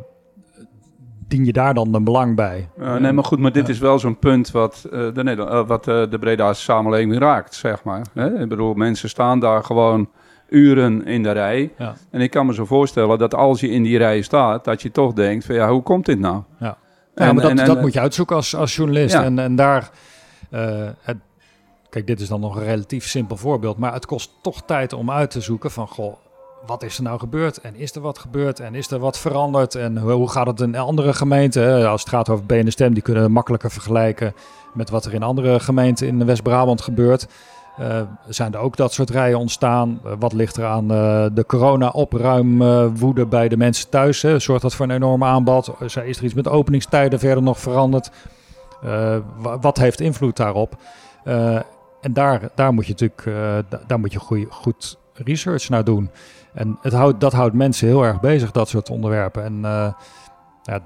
Speaker 3: dien je daar dan een belang bij?
Speaker 4: Uh, nee, maar goed, maar dit ja. is wel zo'n punt wat, uh, de, uh, wat uh, de Breda's samenleving raakt, zeg maar. Hè? Ik bedoel, mensen staan daar gewoon uren in de rij. Ja. En ik kan me zo voorstellen dat als je in die rij staat, dat je toch denkt van ja, hoe komt dit nou?
Speaker 3: Ja, en, ja maar dat, en, en, dat moet je uitzoeken als, als journalist. Ja. En, en daar, uh, het, kijk, dit is dan nog een relatief simpel voorbeeld, maar het kost toch tijd om uit te zoeken van goh, wat is er nou gebeurd? En is er wat gebeurd? En is er wat veranderd? En hoe gaat het in andere gemeenten? Als het gaat over B N S T M, die kunnen makkelijker vergelijken met wat er in andere gemeenten in West-Brabant gebeurt. Uh, zijn er ook dat soort rijen ontstaan? Uh, wat ligt er aan uh, de corona-opruimwoede uh, bij de mensen thuis? Hè? Zorgt dat voor een enorm aanbod? Is er iets met openingstijden verder nog veranderd? Uh, w- wat heeft invloed daarop? Uh, en daar, daar moet je natuurlijk uh, d- daar moet je goeie, goed research naar doen. En het houdt, dat houdt mensen heel erg bezig, dat soort onderwerpen. En uh, ja,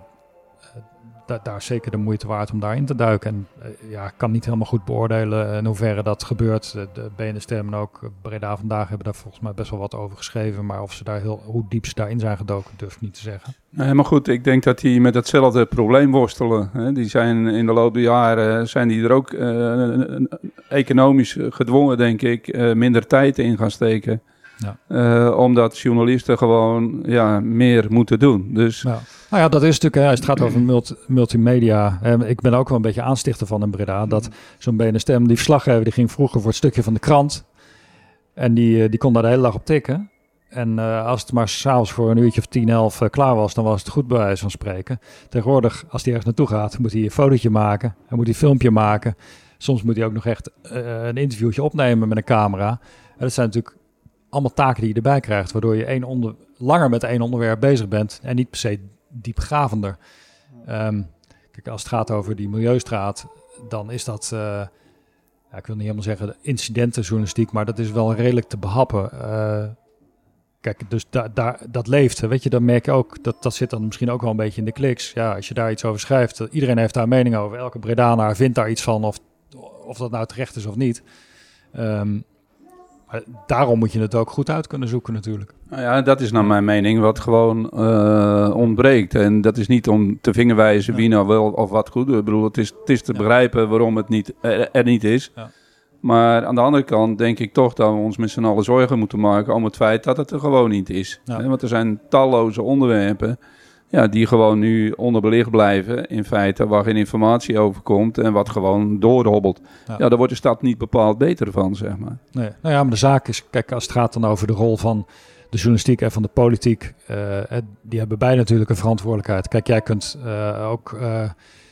Speaker 3: da- daar is zeker de moeite waard om daarin te duiken. En uh, ja, ik kan niet helemaal goed beoordelen in hoeverre dat gebeurt. De B N S T M en ook Breda Vandaag hebben daar volgens mij best wel wat over geschreven. Maar of ze daar heel, hoe diep ze daarin zijn gedoken, durf ik niet te zeggen.
Speaker 4: Nee, maar goed, ik denk dat die met hetzelfde probleem worstelen. Hè. Die zijn in de loop der jaren, zijn die er ook uh, economisch gedwongen, denk ik, uh, minder tijd in gaan steken. Ja. Uh, omdat journalisten gewoon ja, meer moeten doen. Dus
Speaker 3: ja. Nou ja, dat is natuurlijk, hè, als het gaat over multi- multimedia. Hè, ik ben er ook wel een beetje aanstichter van in Breda. Dat zo'n B N S T M, die verslaggever, die ging vroeger voor het stukje van de krant. En die, die kon daar de hele dag op tikken. En uh, als het maar s'avonds voor een uurtje of tien, elf uh, klaar was, dan was het goed bij wijze van spreken. Tegenwoordig, als hij ergens naartoe gaat, moet hij een fotootje maken. Hij moet hij een filmpje maken. Soms moet hij ook nog echt uh, een interviewtje opnemen met een camera. En dat zijn natuurlijk allemaal taken die je erbij krijgt, waardoor je één onder, langer met één onderwerp bezig bent en niet per se diepgravender. Um, kijk, als het gaat over die milieustraat, dan is dat, uh, ja, ik wil niet helemaal zeggen incidentenjournalistiek, maar dat is wel redelijk te behappen. Uh, kijk, dus da, da, dat leeft, weet je, dan merk je ook, dat, dat zit dan misschien ook wel een beetje in de kliks. Ja, als je daar iets over schrijft, iedereen heeft daar een mening over, elke Bredanaar vindt daar iets van, of, of dat nou terecht is of niet. Um, Maar daarom moet je het ook goed uit kunnen zoeken natuurlijk.
Speaker 4: Nou ja, dat is naar mijn mening wat gewoon uh, ontbreekt. En dat is niet om te vingerwijzen ja. wie nou wel of wat goed doet. Ik bedoel, het is, het is te ja. begrijpen waarom het niet, er, er niet is. Ja. Maar aan de andere kant denk ik toch dat we ons met z'n allen zorgen moeten maken om het feit dat het er gewoon niet is. Ja. Want er zijn talloze onderwerpen ja, die gewoon nu onderbelicht blijven. In feite waar geen informatie over komt en wat gewoon doorhobbelt. Ja. ja, daar wordt de stad niet bepaald beter van, zeg maar.
Speaker 3: Nee. Nou ja, maar de zaak is, kijk, als het gaat dan over de rol van de journalistiek en van de politiek, uh, die hebben beide natuurlijk een verantwoordelijkheid. Kijk, jij kunt uh, ook, uh,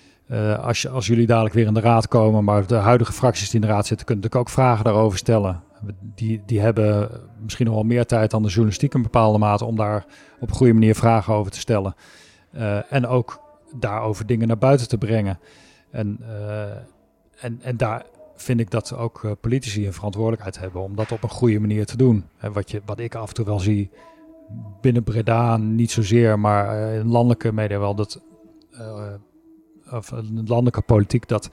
Speaker 3: uh, als, je, als jullie dadelijk weer in de raad komen, maar de huidige fracties die in de raad zitten, kunnen natuurlijk ook vragen daarover stellen. Die, die hebben misschien nog wel meer tijd dan de journalistiek in bepaalde mate om daar op een goede manier vragen over te stellen. Uh, en ook daarover dingen naar buiten te brengen. En, uh, en, en daar vind ik dat ook uh, politici een verantwoordelijkheid hebben om dat op een goede manier te doen. En wat, je, wat ik af en toe wel zie binnen Breda, niet zozeer, maar uh, in landelijke media wel, dat, uh, of in landelijke politiek, dat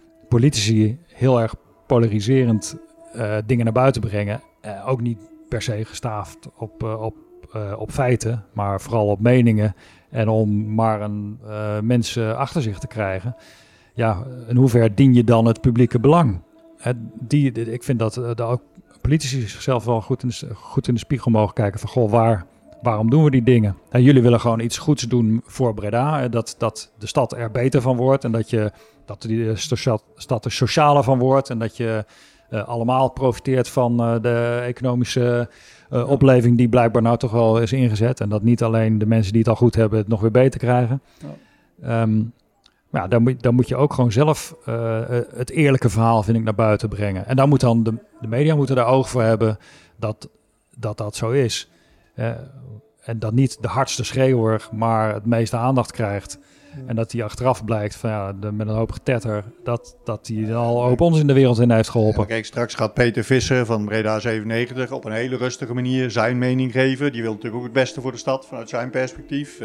Speaker 3: politici heel erg polariserend uh, dingen naar buiten brengen. Uh, ook niet per se gestaafd op, uh, op, uh, op feiten, maar vooral op meningen. En om maar een uh, mensen achter zich te krijgen. Ja, in hoeverre dien je dan het publieke belang? Hè, die, ik vind dat uh, de ook politici zichzelf wel goed in, de, goed in de spiegel mogen kijken. Van, goh, waar, waarom doen we die dingen? En jullie willen gewoon iets goeds doen voor Breda. Hè, dat, dat de stad er beter van wordt. En dat, je, dat de stad er socialer van wordt. En dat je uh, allemaal profiteert van uh, de economische uh, opleving die blijkbaar nou toch wel is ingezet. En dat niet alleen de mensen die het al goed hebben het nog weer beter krijgen. Ja. Um, maar ja, dan, moet, dan moet je ook gewoon zelf uh, het eerlijke verhaal, vind ik, naar buiten brengen. En daar moet dan de, de media moeten daar oog voor hebben dat dat, dat zo is. Uh, en dat niet de hardste schreeuwer maar het meeste aandacht krijgt. En dat hij achteraf blijkt van ja, de, met een hoop getetter, dat, dat hij al hoop ons in de wereld in heeft geholpen.
Speaker 2: Ja, kijk, straks gaat Peter Visser van Breda zevenennegentig op een hele rustige manier zijn mening geven. Die wil natuurlijk ook het beste voor de stad vanuit zijn perspectief.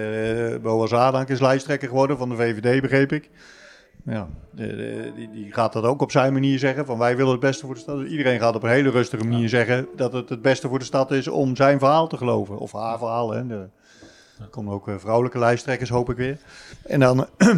Speaker 2: De Boas Adank is lijsttrekker geworden van de V V D, begreep ik. Ja, de, de, die, die gaat dat ook op zijn manier zeggen, van wij willen het beste voor de stad. Iedereen gaat op een hele rustige manier ja. zeggen dat het het beste voor de stad is om zijn verhaal te geloven. Of haar verhaal, hè. De, Er komen ook uh, vrouwelijke lijsttrekkers, hoop ik weer. En dan uh,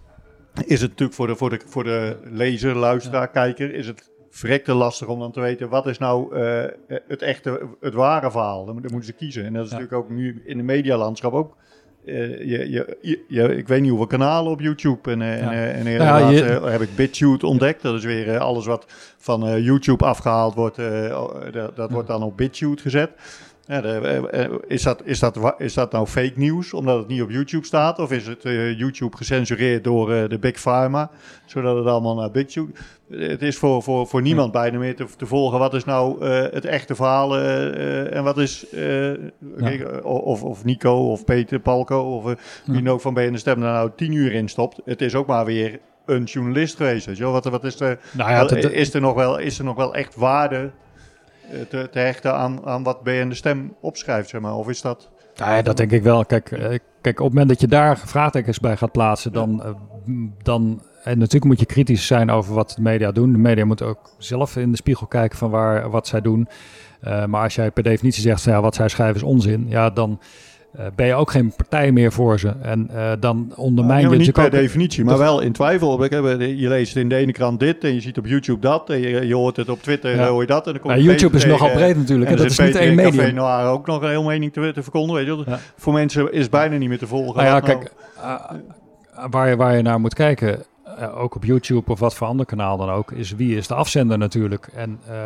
Speaker 2: is het natuurlijk voor de, voor de, voor de lezer, luisteraar, ja. kijker, is het verrekte lastig om dan te weten wat is nou uh, het echte, het ware verhaal. Dan, dan moeten ze kiezen. En dat is ja. natuurlijk ook nu in de medialandschap ook. Uh, je, je, je, ik weet niet hoeveel kanalen op YouTube. En, uh, ja. en, en inderdaad ja, je... uh, heb ik BitChute ontdekt. Dat is weer uh, alles wat van uh, YouTube afgehaald wordt. Uh, dat dat ja. wordt dan op BitChute gezet. Ja, de, is, dat, is, dat, is dat nou fake nieuws, omdat het niet op YouTube staat? Of is het uh, YouTube gecensureerd door uh, de Big Pharma, zodat het allemaal naar BitChute... Het is voor, voor, voor niemand bijna meer te, te volgen. Wat is nou uh, het echte verhaal uh, uh, en wat is... Uh, ja. of, of Nico of Peter Palko of uh, wie ja. ook van B N de Stem daar nou tien uur in stopt. Het is ook maar weer een journalist geweest. Weet je wel? Wat, wat is, er, nou ja, te, is, er nog wel, is er nog wel echt waarde... Te, te hechten aan, aan wat B N de Stem opschrijft, zeg maar. Of is dat...
Speaker 3: Nou ja, dat denk ik wel. Kijk, kijk, op het moment dat je daar vraagtekens bij gaat plaatsen, dan... Ja. dan en natuurlijk moet je kritisch zijn over wat de media doen. De media moeten ook zelf in de spiegel kijken van waar, wat zij doen. Uh, maar als jij per definitie zegt, van, ja, wat zij schrijven is onzin, ja, dan... Uh, ben je ook geen partij meer voor ze. En uh, dan ondermijn
Speaker 2: ja,
Speaker 3: je
Speaker 2: niet
Speaker 3: natuurlijk
Speaker 2: per
Speaker 3: ook...
Speaker 2: definitie, maar wel in twijfel. Je leest in de ene krant dit en je ziet op YouTube dat. En je, je hoort het op Twitter, ja. hoor je dat. En dan komt
Speaker 3: ja, YouTube is nogal breed natuurlijk. En dat is niet één medium.
Speaker 2: Café Noir ook nog een heel mening te, te verkondigen. Weet je? Ja. Voor mensen is het bijna niet meer te volgen.
Speaker 3: Nou ja, kijk, nou... uh, waar, je, waar je naar moet kijken, uh, ook op YouTube of wat voor ander kanaal dan ook, is wie is de afzender natuurlijk. En uh,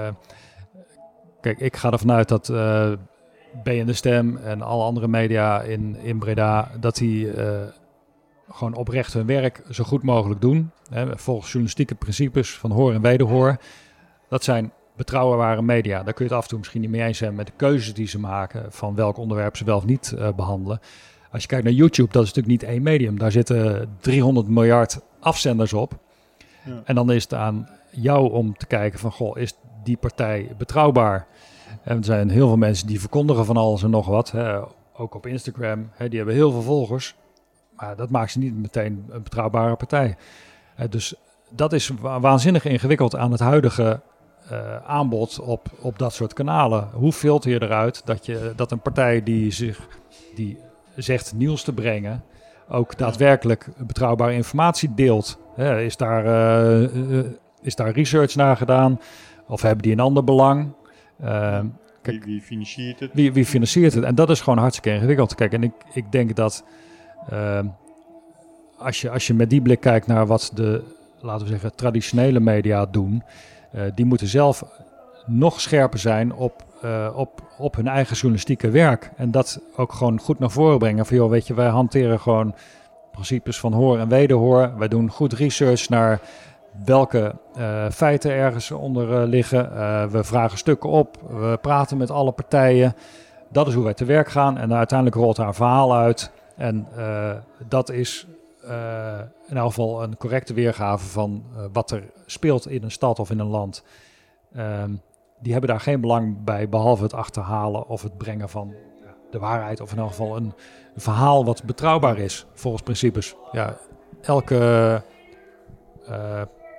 Speaker 3: kijk, ik ga ervan uit dat... Uh, B N de Stem en alle andere media in, in Breda, dat die uh, gewoon oprecht hun werk zo goed mogelijk doen. Hè, volgens journalistieke principes van hoor en wederhoor. Dat zijn betrouwbare media. Daar kun je het af en toe misschien niet mee eens zijn met de keuzes die ze maken van welk onderwerp ze wel of niet uh, behandelen. Als je kijkt naar YouTube, dat is natuurlijk niet één medium. Daar zitten driehonderd miljard afzenders op. Ja. En dan is het aan jou om te kijken van, goh, is die partij betrouwbaar? En er zijn heel veel mensen die verkondigen van alles en nog wat. Hè. Ook op Instagram. Hè, die hebben heel veel volgers. Maar dat maakt ze niet meteen een betrouwbare partij. Hè, dus dat is wa- waanzinnig ingewikkeld aan het huidige uh, aanbod op, op dat soort kanalen. Hoe filter je eruit dat, je, dat een partij die zich die zegt nieuws te brengen, ook daadwerkelijk betrouwbare informatie deelt? Hè, is, daar, uh, uh, is daar research naar gedaan? Of hebben die een ander belang? Uh,
Speaker 2: Kijk, wie, wie financiert het?
Speaker 3: Wie, wie financiert het? En dat is gewoon hartstikke ingewikkeld. Kijk, en ik, ik denk dat uh, als, je, als je met die blik kijkt naar wat de, laten we zeggen, traditionele media doen, uh, die moeten zelf nog scherper zijn op, uh, op, op hun eigen journalistieke werk. En dat ook gewoon goed naar voren brengen. Van joh, weet je, wij hanteren gewoon principes van hoor en wederhoor. Wij doen goed research naar welke uh, feiten ergens onder uh, liggen. Uh, we vragen stukken op. We praten met alle partijen. Dat is hoe wij te werk gaan. En uiteindelijk rolt daar een verhaal uit. En uh, dat is uh, in elk geval een correcte weergave van uh, wat er speelt in een stad of in een land. Um, die hebben daar geen belang bij, behalve het achterhalen of het brengen van de waarheid. Of in elk geval een, een verhaal wat betrouwbaar is, volgens principes. Ja, elke uh,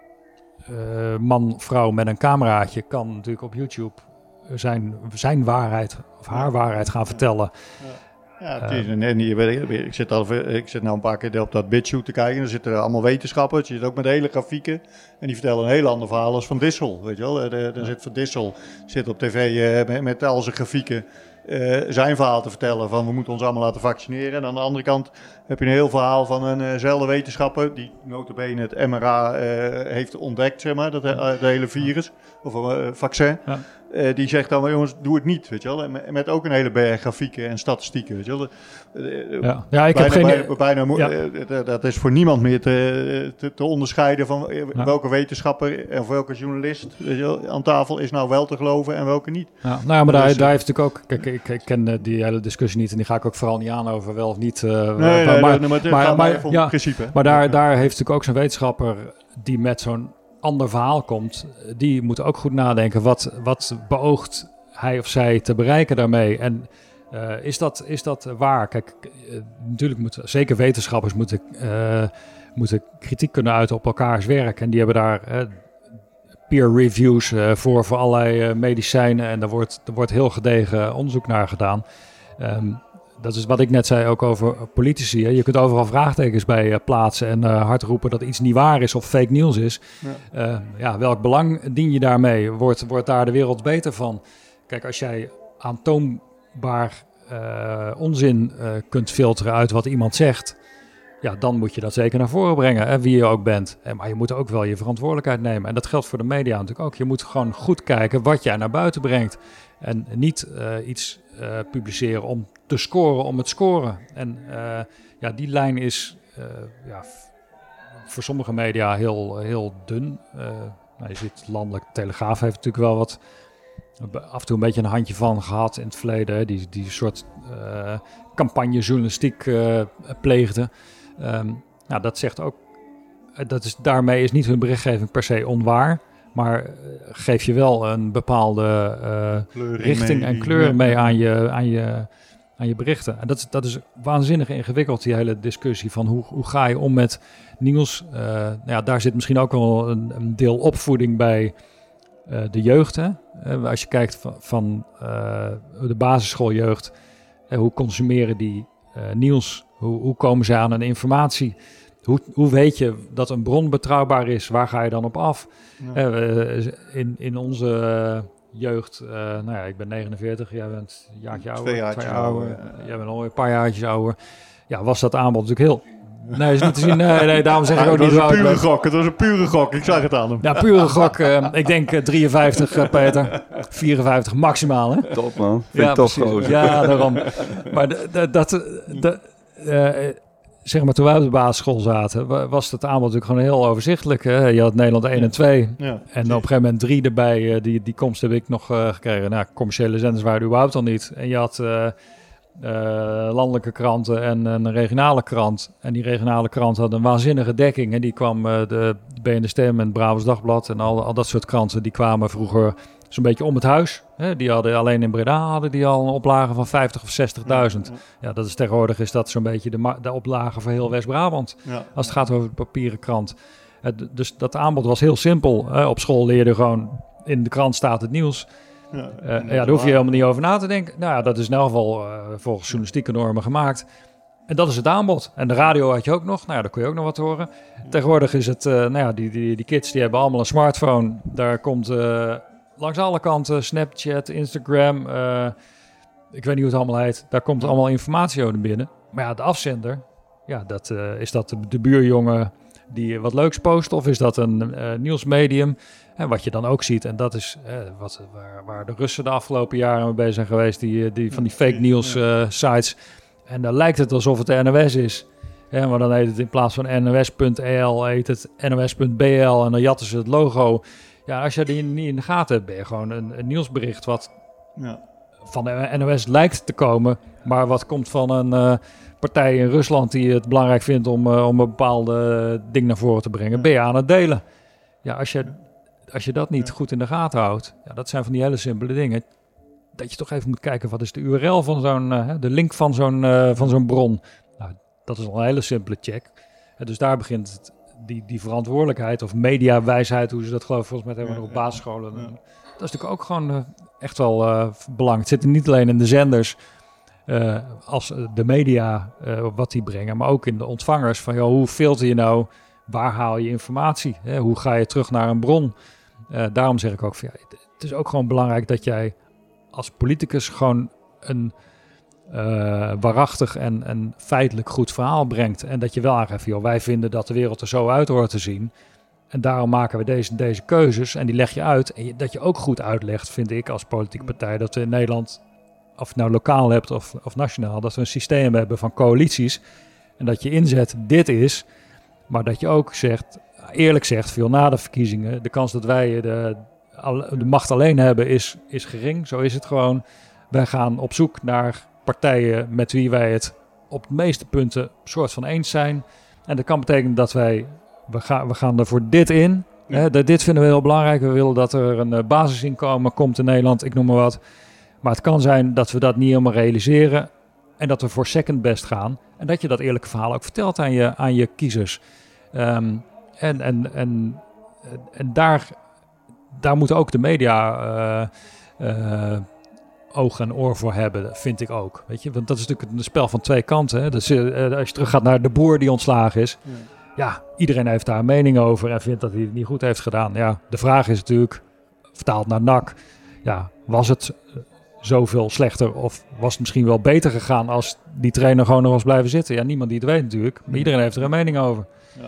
Speaker 3: uh, man, vrouw met een cameraatje kan natuurlijk op YouTube zijn, zijn waarheid of haar waarheid gaan vertellen.
Speaker 2: Ja. Ja, het is, nee, niet, ik, zit al, ik zit nou een paar keer op dat BitChute te kijken. Er zitten allemaal wetenschappers. Je zit ook met hele grafieken. En die vertellen een heel ander verhaal als Van Dissel. Weet je wel? Dan zit Van Dissel zit op tv uh, met, met al zijn grafieken uh, zijn verhaal te vertellen. Van we moeten ons allemaal laten vaccineren. En aan de andere kant heb je een heel verhaal van eenzelfde uh, wetenschapper. Die nota bene het M R A uh, heeft ontdekt, zeg maar. Dat uh, de hele virus. Of een uh, vaccin. Ja. Uh, die zegt dan, jongens, doe het niet, weet je wel. En met, met ook een hele berg grafieken en statistieken, weet je wel. Uh,
Speaker 3: ja. ja, ik
Speaker 2: bijna,
Speaker 3: heb geen...
Speaker 2: Bijna, bijna,
Speaker 3: ja.
Speaker 2: uh, dat is voor niemand meer te, te, te onderscheiden van uh, ja. welke wetenschapper of welke journalist, weet je wel, aan tafel is nou wel te geloven en welke niet.
Speaker 3: Ja, nou ja, maar daar, dus, daar heeft natuurlijk ook... Kijk, ik, ik ken uh, die hele discussie niet en die ga ik ook vooral niet aan over wel of niet. Uh,
Speaker 2: nee,
Speaker 3: maar,
Speaker 2: nee,
Speaker 3: maar,
Speaker 2: nee, maar,
Speaker 3: maar, maar,
Speaker 2: maar,
Speaker 3: ja,
Speaker 2: principe.
Speaker 3: maar daar, daar heeft natuurlijk ook zo'n wetenschapper die met zo'n ander verhaal komt, die moet ook goed nadenken. Wat, wat beoogt hij of zij te bereiken daarmee? En uh, is, dat, is dat waar? Kijk, uh, natuurlijk moeten zeker wetenschappers moeten, uh, moeten kritiek kunnen uiten op elkaars werk. En die hebben daar uh, peer reviews uh, voor, voor allerlei uh, medicijnen. En daar wordt, er wordt heel gedegen onderzoek naar gedaan. Um, Dat is wat ik net zei ook over politici. Hè. Je kunt overal vraagtekens bij uh, plaatsen en uh, hard roepen dat iets niet waar is of fake nieuws is. Ja. Uh, ja, welk belang dien je daarmee? Wordt, wordt daar de wereld beter van? Kijk, als jij aantoonbaar uh, onzin uh, kunt filteren uit wat iemand zegt, ja, dan moet je dat zeker naar voren brengen, hè, wie je ook bent. Uh, maar je moet ook wel je verantwoordelijkheid nemen. En dat geldt voor de media natuurlijk ook. Je moet gewoon goed kijken wat jij naar buiten brengt. En niet uh, iets uh, publiceren om te scoren om het scoren. En uh, ja, die lijn is uh, ja, f- voor sommige media heel, heel dun. Uh, nou, je ziet landelijk, Telegraaf heeft natuurlijk wel wat af en toe een beetje een handje van gehad in het verleden. Hè, die, die soort uh, campagnejournalistiek uh, pleegde. Um, nou, dat zegt ook, dat is, daarmee is niet hun berichtgeving per se onwaar. Maar uh, geef je wel een bepaalde uh, richting mee, en kleur mee aan je, aan je, aan je berichten. En dat is, dat is waanzinnig ingewikkeld, die hele discussie van hoe, hoe ga je om met nieuws. Uh, nou ja, daar zit misschien ook wel een, een deel opvoeding bij uh, de jeugd. Hè? Uh, als je kijkt van, van uh, de basisschooljeugd, uh, hoe consumeren die uh, nieuws? Hoe, hoe komen ze aan een informatie? Hoe, hoe weet je dat een bron betrouwbaar is? Waar ga je dan op af? Ja. Uh, in, in onze uh, jeugd, uh, nou ja, ik ben negenenveertig, jij bent een jaartje ouder.
Speaker 2: Twee jaartjes
Speaker 3: twee
Speaker 2: ouder.
Speaker 3: ouder. Ja. Jij bent al een paar jaartjes ouder. Ja, was dat aanbod natuurlijk heel... Nee, is niet te zien. Nee, nee, daarom zeg ik
Speaker 2: ah,
Speaker 3: ook niet
Speaker 2: zo. Het was
Speaker 3: waar.
Speaker 2: een pure gok, het was een pure gok. Ik zag het aan hem.
Speaker 3: Ja, pure gok. Uh, ik denk uh, drieënvijftig, uh, Peter. vierenvijftig maximaal, hè?
Speaker 4: Top, man. Vind
Speaker 3: ja,
Speaker 4: ik tof, gozer.
Speaker 3: Ja, daarom. Maar de, de, dat... De, uh, zeg maar, toen wij op de basisschool zaten, was het aanbod natuurlijk gewoon heel overzichtelijk. Hè? Je had Nederland één en twee. Ja. En op een gegeven moment drie erbij. Uh, die, die komst heb ik nog uh, gekregen. Nou, commerciële zenders waren er überhaupt al niet. En je had uh, uh, landelijke kranten en een regionale krant. En die regionale krant had een waanzinnige dekking. En die kwam uh, de B N de Stem en het Brabants Dagblad en al, al dat soort kranten. Die kwamen vroeger zo'n beetje om het huis. Hè? Die hadden alleen in Breda hadden die al een oplage van vijftig of zestigduizend. Ja, dat is tegenwoordig is dat zo'n beetje de, ma- de oplage voor heel West-Brabant. Ja. Als het gaat over de papieren krant. Het, dus dat aanbod was heel simpel. Hè? Op school leerde je gewoon in de krant staat het nieuws.
Speaker 2: Ja,
Speaker 3: Uh, ja, daar hoef je helemaal niet over na te denken. Nou ja, dat is in elk geval uh, volgens journalistieke normen gemaakt. En dat is het aanbod. En de radio had je ook nog. Nou ja, daar kun je ook nog wat horen. Tegenwoordig is het, uh, nou ja, die, die, die kids die hebben allemaal een smartphone. Daar komt uh, langs alle kanten Snapchat, Instagram. Uh, ik weet niet hoe het allemaal heet. Daar komt allemaal informatie over binnen. Maar ja, de afzender, ja, dat, uh, is dat de, de buurjongen die wat leuks post? Of is dat een uh, nieuwsmedium? En wat je dan ook ziet, en dat is uh, wat, waar, waar de Russen de afgelopen jaren mee bezig zijn geweest, die, die, van die fake news uh, sites. En dan lijkt het alsof het de N O S is. Ja, maar dan heet het in plaats van N O S punt E L, heet het N O S punt B L en dan jatten ze het logo. Ja, als je die niet in de gaten hebt, ben je gewoon een, een nieuwsbericht wat ja. van de N O S lijkt te komen, maar wat komt van een uh, partij in Rusland die het belangrijk vindt om, uh, om een bepaalde ding naar voren te brengen, ben je aan het delen. Ja, als je, als je dat niet goed in de gaten houdt, ja, dat zijn van die hele simpele dingen, dat je toch even moet kijken, wat is de U R L van zo'n, uh, de link van zo'n, uh, van zo'n bron. Nou, dat is al een hele simpele check. Uh, dus daar begint het, die, die verantwoordelijkheid of mediawijsheid, hoe ze dat geloof ik volgens mij hebben we nog op basisscholen. Ja. Dat is natuurlijk ook gewoon uh, echt wel uh, belangrijk. Het zit niet alleen in de zenders, uh, als de media, uh, wat die brengen, maar ook in de ontvangers. Van joh, hoe filter je nou, waar haal je informatie? Hè? Hoe ga je terug naar een bron? Uh, daarom zeg ik ook van ja, het is ook gewoon belangrijk dat jij als politicus gewoon een uh, waarachtig en, en feitelijk goed verhaal brengt. En dat je wel aangeeft, joh, wij vinden dat de wereld er zo uit hoort te zien. En daarom maken we deze, deze keuzes en die leg je uit. En je, dat je ook goed uitlegt, vind ik als politieke partij, dat we in Nederland, of je het nou lokaal hebt of, of nationaal, dat we een systeem hebben van coalities. En dat je inzet, dit is, maar dat je ook zegt, eerlijk zegt, veel na de verkiezingen, de kans dat wij de, de macht alleen hebben is, is gering. Zo is het gewoon. Wij gaan op zoek naar partijen met wie wij het op de meeste punten soort van eens zijn. En dat kan betekenen dat wij, we gaan, we gaan er voor dit in. Ja. Hè, dat, dit vinden we heel belangrijk. We willen dat er een uh, basisinkomen komt in Nederland, ik noem maar wat. Maar het kan zijn dat we dat niet helemaal realiseren en dat we voor second best gaan. En dat je dat eerlijke verhaal ook vertelt aan je, aan je kiezers. Um, en, en, en, en daar, daar moeten ook de media uh, uh, oog en oor voor hebben, vind ik ook. Weet je? Want dat is natuurlijk een spel van twee kanten. Hè? Dus, uh, als je terug gaat naar de boer die ontslagen is. Ja. ja, iedereen heeft daar een mening over en vindt dat hij het niet goed heeft gedaan. Ja, de vraag is natuurlijk, vertaald naar N A C, ja, was het zoveel slechter of was het misschien wel beter gegaan als die trainer gewoon nog was blijven zitten? Ja, niemand die het weet natuurlijk, maar iedereen heeft er een mening over.
Speaker 4: Ja,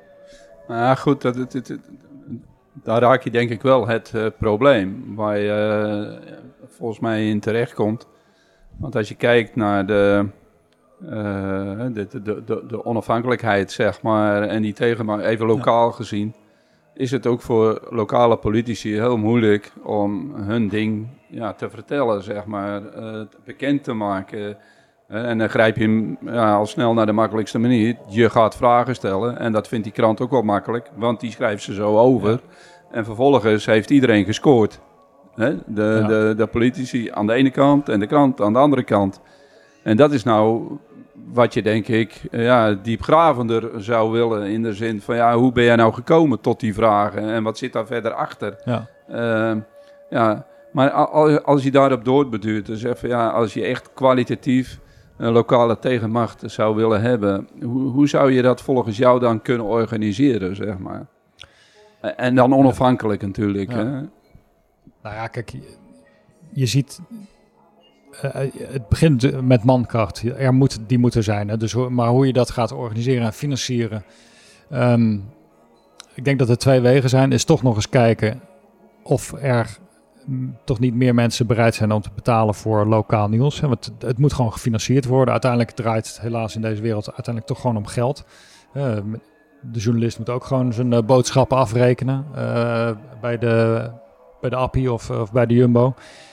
Speaker 4: nou goed, dat, dat, dat, daar raak je denk ik wel het uh, probleem waar je uh, volgens mij in terecht komt. Want als je kijkt naar de, uh, de, de, de, de onafhankelijkheid, zeg maar, en die tegen maar even lokaal ja. gezien, is het ook voor lokale politici heel moeilijk om hun ding ja, te vertellen, zeg maar, uh, bekend te maken. Uh, en dan grijp je ja, al snel naar de makkelijkste manier. Je gaat vragen stellen en dat vindt die krant ook wel makkelijk, want die schrijft ze zo over. Ja. En vervolgens heeft iedereen gescoord. Hè? De, ja. de, de politici aan de ene kant en de krant aan de andere kant. En dat is nou wat je denk ik ja, diepgravender zou willen in de zin van ja, hoe ben jij nou gekomen tot die vragen en wat zit daar verder achter? Ja. Uh, ja, maar als je daarop doorbeduurt, dus even, ja, als je echt kwalitatief een lokale tegenmacht zou willen hebben, hoe, hoe zou je dat volgens jou dan kunnen organiseren, zeg maar? En dan onafhankelijk ja. natuurlijk. Ja. Hè?
Speaker 3: Nou ja, kijk, je, je ziet, uh, het begint met mankracht. Er moet, die moet er zijn. Hè? Dus, maar hoe je dat gaat organiseren en financieren. Um, ik denk dat er twee wegen zijn. Is toch nog eens kijken of er m, toch niet meer mensen bereid zijn om te betalen voor lokaal nieuws. Hè? Want het, het moet gewoon gefinancierd worden. Uiteindelijk draait het helaas in deze wereld uiteindelijk toch gewoon om geld. Uh, de journalist moet ook gewoon zijn uh, boodschappen afrekenen uh, bij de... bij de Appie of, of bij de Jumbo.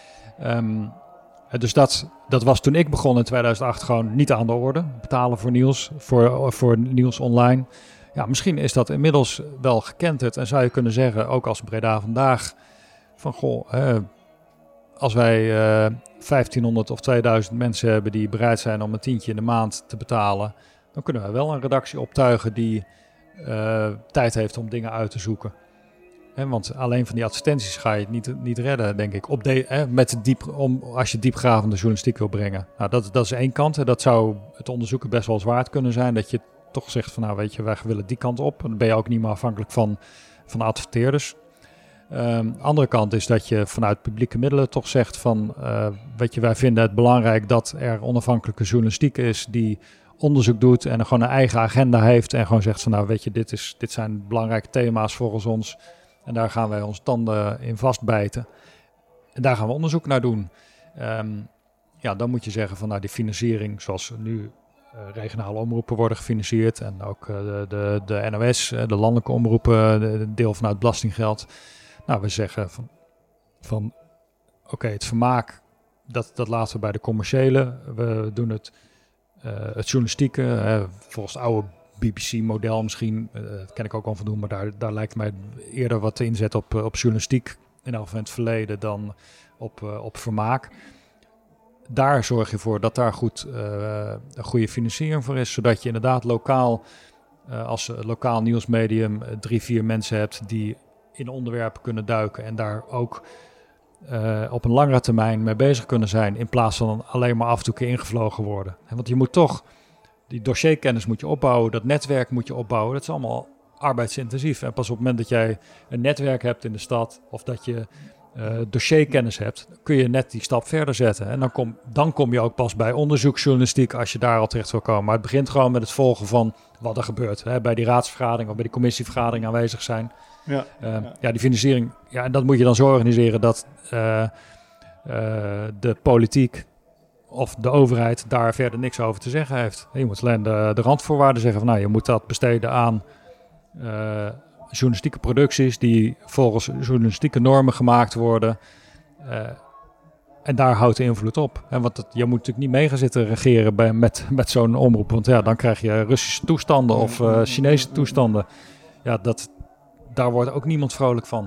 Speaker 3: Um, dus dat, dat was toen ik begon in tweeduizend acht gewoon niet aan de orde. Betalen voor nieuws, voor, voor nieuws online. Ja, misschien is dat inmiddels wel gekenterd. En zou je kunnen zeggen, ook als Breda Vandaag, van goh, eh, als wij uh, vijftienhonderd of tweeduizend mensen hebben die bereid zijn om een tientje in de maand te betalen, dan kunnen we wel een redactie optuigen die uh, tijd heeft om dingen uit te zoeken. Hè, want alleen van die advertenties ga je het niet, niet redden, denk ik. Op de, hè, met de diep, om, als je diepgravende journalistiek wil brengen. Nou, dat, dat is één kant. Hè. Dat zou het onderzoeken best wel eens waard kunnen zijn. Dat je toch zegt van, nou weet je, wij willen die kant op. Dan ben je ook niet meer afhankelijk van, van adverteerders. Um, andere kant is dat je vanuit publieke middelen toch zegt van, uh, weet je, wij vinden het belangrijk dat er onafhankelijke journalistiek is die onderzoek doet en gewoon een eigen agenda heeft en gewoon zegt van, nou weet je, dit, is, dit zijn belangrijke thema's volgens ons en daar gaan wij onze tanden in vastbijten. En daar gaan we onderzoek naar doen. Um, ja, dan moet je zeggen van, nou die financiering zoals nu uh, regionale omroepen worden gefinancierd en ook uh, de, de, de N O S, uh, de landelijke omroepen, de, de deel vanuit belastinggeld. Nou, we zeggen van, van oké, okay, het vermaak, dat, dat laten we bij de commerciële. We doen het, uh, het journalistieke, uh, volgens het oude B B C-model misschien. Uh, dat ken ik ook al van doen, maar daar, daar lijkt mij eerder wat te inzet op, op journalistiek in elk geval in het verleden dan op, uh, op vermaak. Daar zorg je voor dat daar goed, uh, een goede financiering voor is, zodat je inderdaad lokaal, uh, als lokaal nieuwsmedium, uh, drie, vier mensen hebt die in onderwerpen kunnen duiken en daar ook uh, op een langere termijn mee bezig kunnen zijn, in plaats van alleen maar af en toe keer ingevlogen worden. Want je moet toch, die dossierkennis moet je opbouwen, dat netwerk moet je opbouwen, dat is allemaal arbeidsintensief. En pas op het moment dat jij een netwerk hebt in de stad, of dat je uh, dossierkennis hebt, kun je net die stap verder zetten. En dan kom, dan kom je ook pas bij onderzoeksjournalistiek als je daar al terecht wil komen. Maar het begint gewoon met het volgen van wat er gebeurt. Hè, bij die raadsvergadering of bij die commissievergadering aanwezig zijn. Ja, uh, ja. ja, die financiering, ja, en dat moet je dan zo organiseren dat uh, uh, de politiek of de overheid daar verder niks over te zeggen heeft. Je moet alleen de, de randvoorwaarden zeggen van, nou, je moet dat besteden aan uh, journalistieke producties die volgens journalistieke normen gemaakt worden. Uh, en daar houdt de invloed op. En want het, je moet natuurlijk niet mee gaan zitten regeren bij, met, met zo'n omroep, want ja, dan krijg je Russische toestanden of uh, Chinese toestanden. Ja, dat... Daar wordt ook niemand vrolijk van.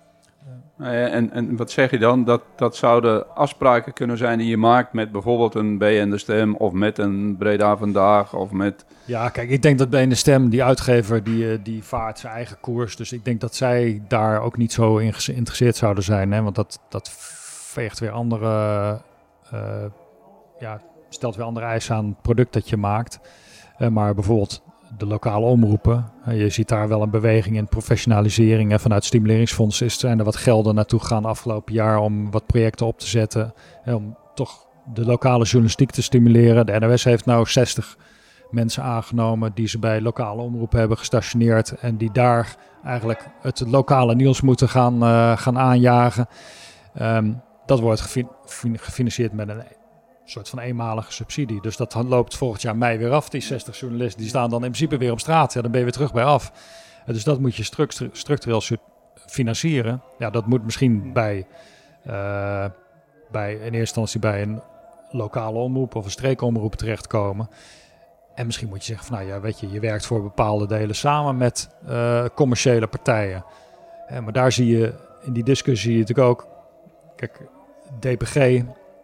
Speaker 4: En, en wat zeg je dan? Dat, dat zouden afspraken kunnen zijn die je maakt met bijvoorbeeld een B N De Stem of met een Breda Vandaag of met...
Speaker 3: Ja, kijk, ik denk dat B N De Stem, die uitgever, die, die vaart zijn eigen koers. Dus ik denk dat zij daar ook niet zo in geïnteresseerd zouden zijn. Hè? Want dat, dat veegt weer andere... Uh, ja, stelt weer andere eisen aan het product dat je maakt. Uh, maar bijvoorbeeld... de lokale omroepen. Je ziet daar wel een beweging in professionalisering. En vanuit het Stimuleringsfonds is, zijn er wat gelden naartoe gegaan afgelopen jaar om wat projecten op te zetten. Om toch de lokale journalistiek te stimuleren. De N O S heeft nou zestig mensen aangenomen die ze bij lokale omroepen hebben gestationeerd. En die daar eigenlijk het lokale nieuws moeten gaan, uh, gaan aanjagen. Um, dat wordt gefin- gefinancierd met een een soort van eenmalige subsidie. Dus dat loopt volgend jaar mei weer af. Die zestig journalisten die staan dan in principe weer op straat. Ja, dan ben je weer terug bij af. Dus dat moet je structu- structureel financieren. Ja, dat moet misschien bij, uh, bij in eerste instantie bij een lokale omroep of een streekomroep terechtkomen. En misschien moet je zeggen van, nou ja, weet je, je werkt voor bepaalde delen samen met uh, commerciële partijen. Uh, maar daar zie je in die discussie zie je natuurlijk ook, kijk, D P G,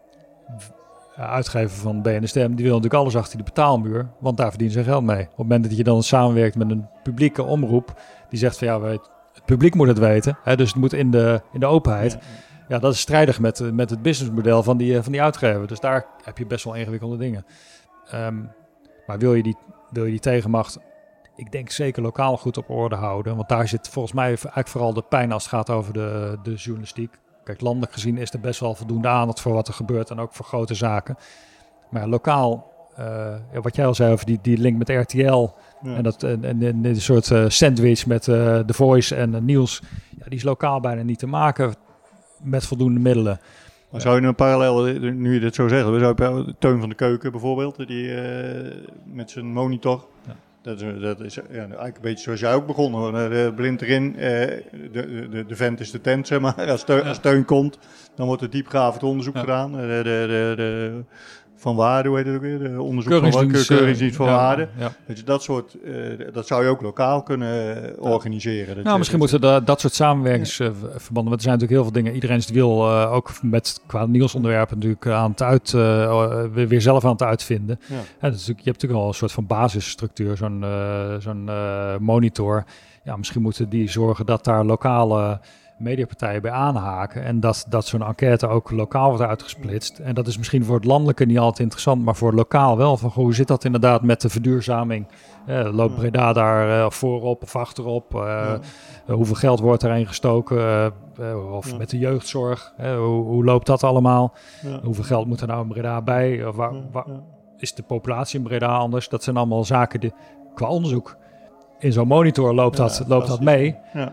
Speaker 3: uitgever van B N De Stem, die wil natuurlijk alles achter die betaalmuur, want daar verdienen ze geld mee. Op het moment dat je dan samenwerkt met een publieke omroep, die zegt van ja, het publiek moet het weten, hè, dus het moet in de, in de openheid. Ja, ja. ja, dat is strijdig met, met het businessmodel van die, van die uitgever. Dus daar heb je best wel ingewikkelde dingen. Um, maar wil je, die, wil je die tegenmacht, ik denk zeker lokaal goed op orde houden, want daar zit volgens mij eigenlijk vooral de pijn als het gaat over de, de journalistiek. Kijk, landelijk gezien is er best wel voldoende aandacht voor wat er gebeurt en ook voor grote zaken. Maar lokaal, uh, wat jij al zei over die, die link met R T L ja. en, dat, en, en, en die soort uh, sandwich met uh, The Voice en uh, nieuws, ja, die is lokaal bijna niet te maken met voldoende middelen.
Speaker 2: Maar zou je een parallel, nu je dit zo zegt, zou je Teun van de Keuken bijvoorbeeld, die uh, met zijn monitor... Ja. Dat is, dat is ja, eigenlijk een beetje zoals jij ook begon hoor. De blind erin, eh, de, de, de vent is de tent, zeg maar. Als Teun, als Teun komt, dan wordt er diepgravend onderzoek ja. gedaan. De, de, de, de, van waarde, hoe heet het ook weer? De onderzoek
Speaker 3: Keuringsdienst,
Speaker 2: van keuringsdienst van
Speaker 3: ja,
Speaker 2: waarde.
Speaker 3: Ja.
Speaker 2: Dus dat soort, uh, dat zou je ook lokaal kunnen uh, organiseren. Dat
Speaker 3: nou, misschien moeten we dat soort samenwerkingsverbanden, ja. want er zijn natuurlijk heel veel dingen. Iedereen wil uh, ook met qua nieuwsonderwerpen natuurlijk aan het uit, uh, weer zelf aan het uitvinden. Ja. Ja, dat is, je hebt natuurlijk al een soort van basisstructuur, zo'n, uh, zo'n uh, monitor. Ja, ja, misschien moeten die zorgen dat daar lokale mediapartijen bij aanhaken. En dat, dat zo'n enquête ook lokaal wordt uitgesplitst. En dat is misschien voor het landelijke niet altijd interessant, maar voor het lokaal wel. Van, hoe zit dat inderdaad met de verduurzaming? Eh, loopt Breda daar uh, voorop of achterop? Uh, ja. uh, hoeveel geld wordt erin gestoken? Uh, uh, of ja. met de jeugdzorg? Uh, hoe, hoe loopt dat allemaal? Ja. Hoeveel geld moet er nou in Breda bij? Of waar, waar, is de populatie in Breda anders? Dat zijn allemaal zaken die qua onderzoek in zo'n monitor loopt, ja, dat, loopt dat mee. Ja.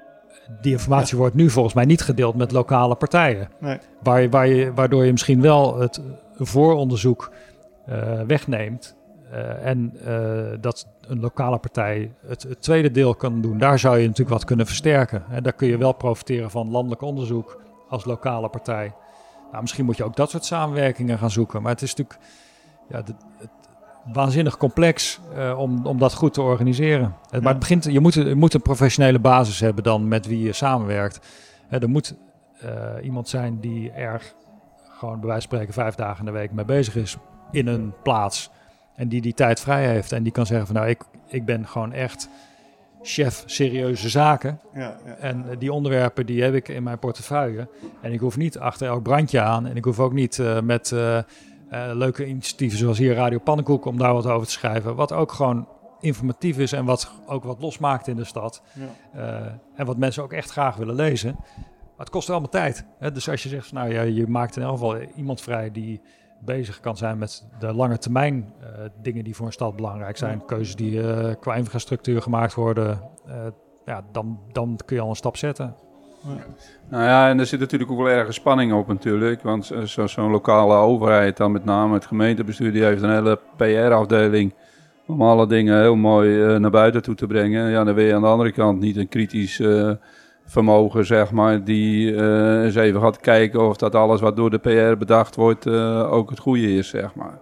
Speaker 3: Die informatie ja. wordt nu volgens mij niet gedeeld met lokale partijen. Nee. Waar je, waar je, waardoor je misschien wel het vooronderzoek uh, wegneemt. Uh, en uh, dat een lokale partij het, het tweede deel kan doen. Daar zou je natuurlijk wat kunnen versterken. En daar kun je wel profiteren van landelijk onderzoek als lokale partij. Nou, misschien moet je ook dat soort samenwerkingen gaan zoeken. Maar het is natuurlijk ja, de, het, waanzinnig complex uh, om, om dat goed te organiseren. Ja. Maar het begint, je, moet, je moet een professionele basis hebben dan met wie je samenwerkt. Uh, er moet uh, iemand zijn die er gewoon bij wijze van spreken vijf dagen in de week mee bezig is in een plaats. En die die tijd vrij heeft. En die kan zeggen van nou, ik, ik ben gewoon echt chef serieuze zaken. Ja, ja. En uh, die onderwerpen die heb ik in mijn portefeuille. En ik hoef niet achter elk brandje aan. En ik hoef ook niet uh, met uh, uh, leuke initiatieven zoals hier Radio Pannenkoek om daar wat over te schrijven. Wat ook gewoon informatief is en wat ook wat losmaakt in de stad. Ja. Uh, en wat mensen ook echt graag willen lezen. Maar het kost allemaal tijd. Hè? Dus als je zegt van nou ja, je maakt in elk geval iemand vrij die bezig kan zijn met de lange termijn uh, dingen die voor een stad belangrijk zijn. Ja. Keuzes die uh, qua infrastructuur gemaakt worden. Uh, ja, dan, dan kun je al een stap zetten.
Speaker 4: Ja. Nou ja, en er zit natuurlijk ook wel erg spanning op natuurlijk. Want zo, zo'n lokale overheid, dan met name het gemeentebestuur, die heeft een hele P R-afdeling om alle dingen heel mooi uh, naar buiten toe te brengen. Ja, dan wil je aan de andere kant niet een kritisch uh, vermogen, zeg maar, die uh, eens even gaat kijken of dat alles wat door de P R bedacht wordt uh, ook het goede is, zeg maar.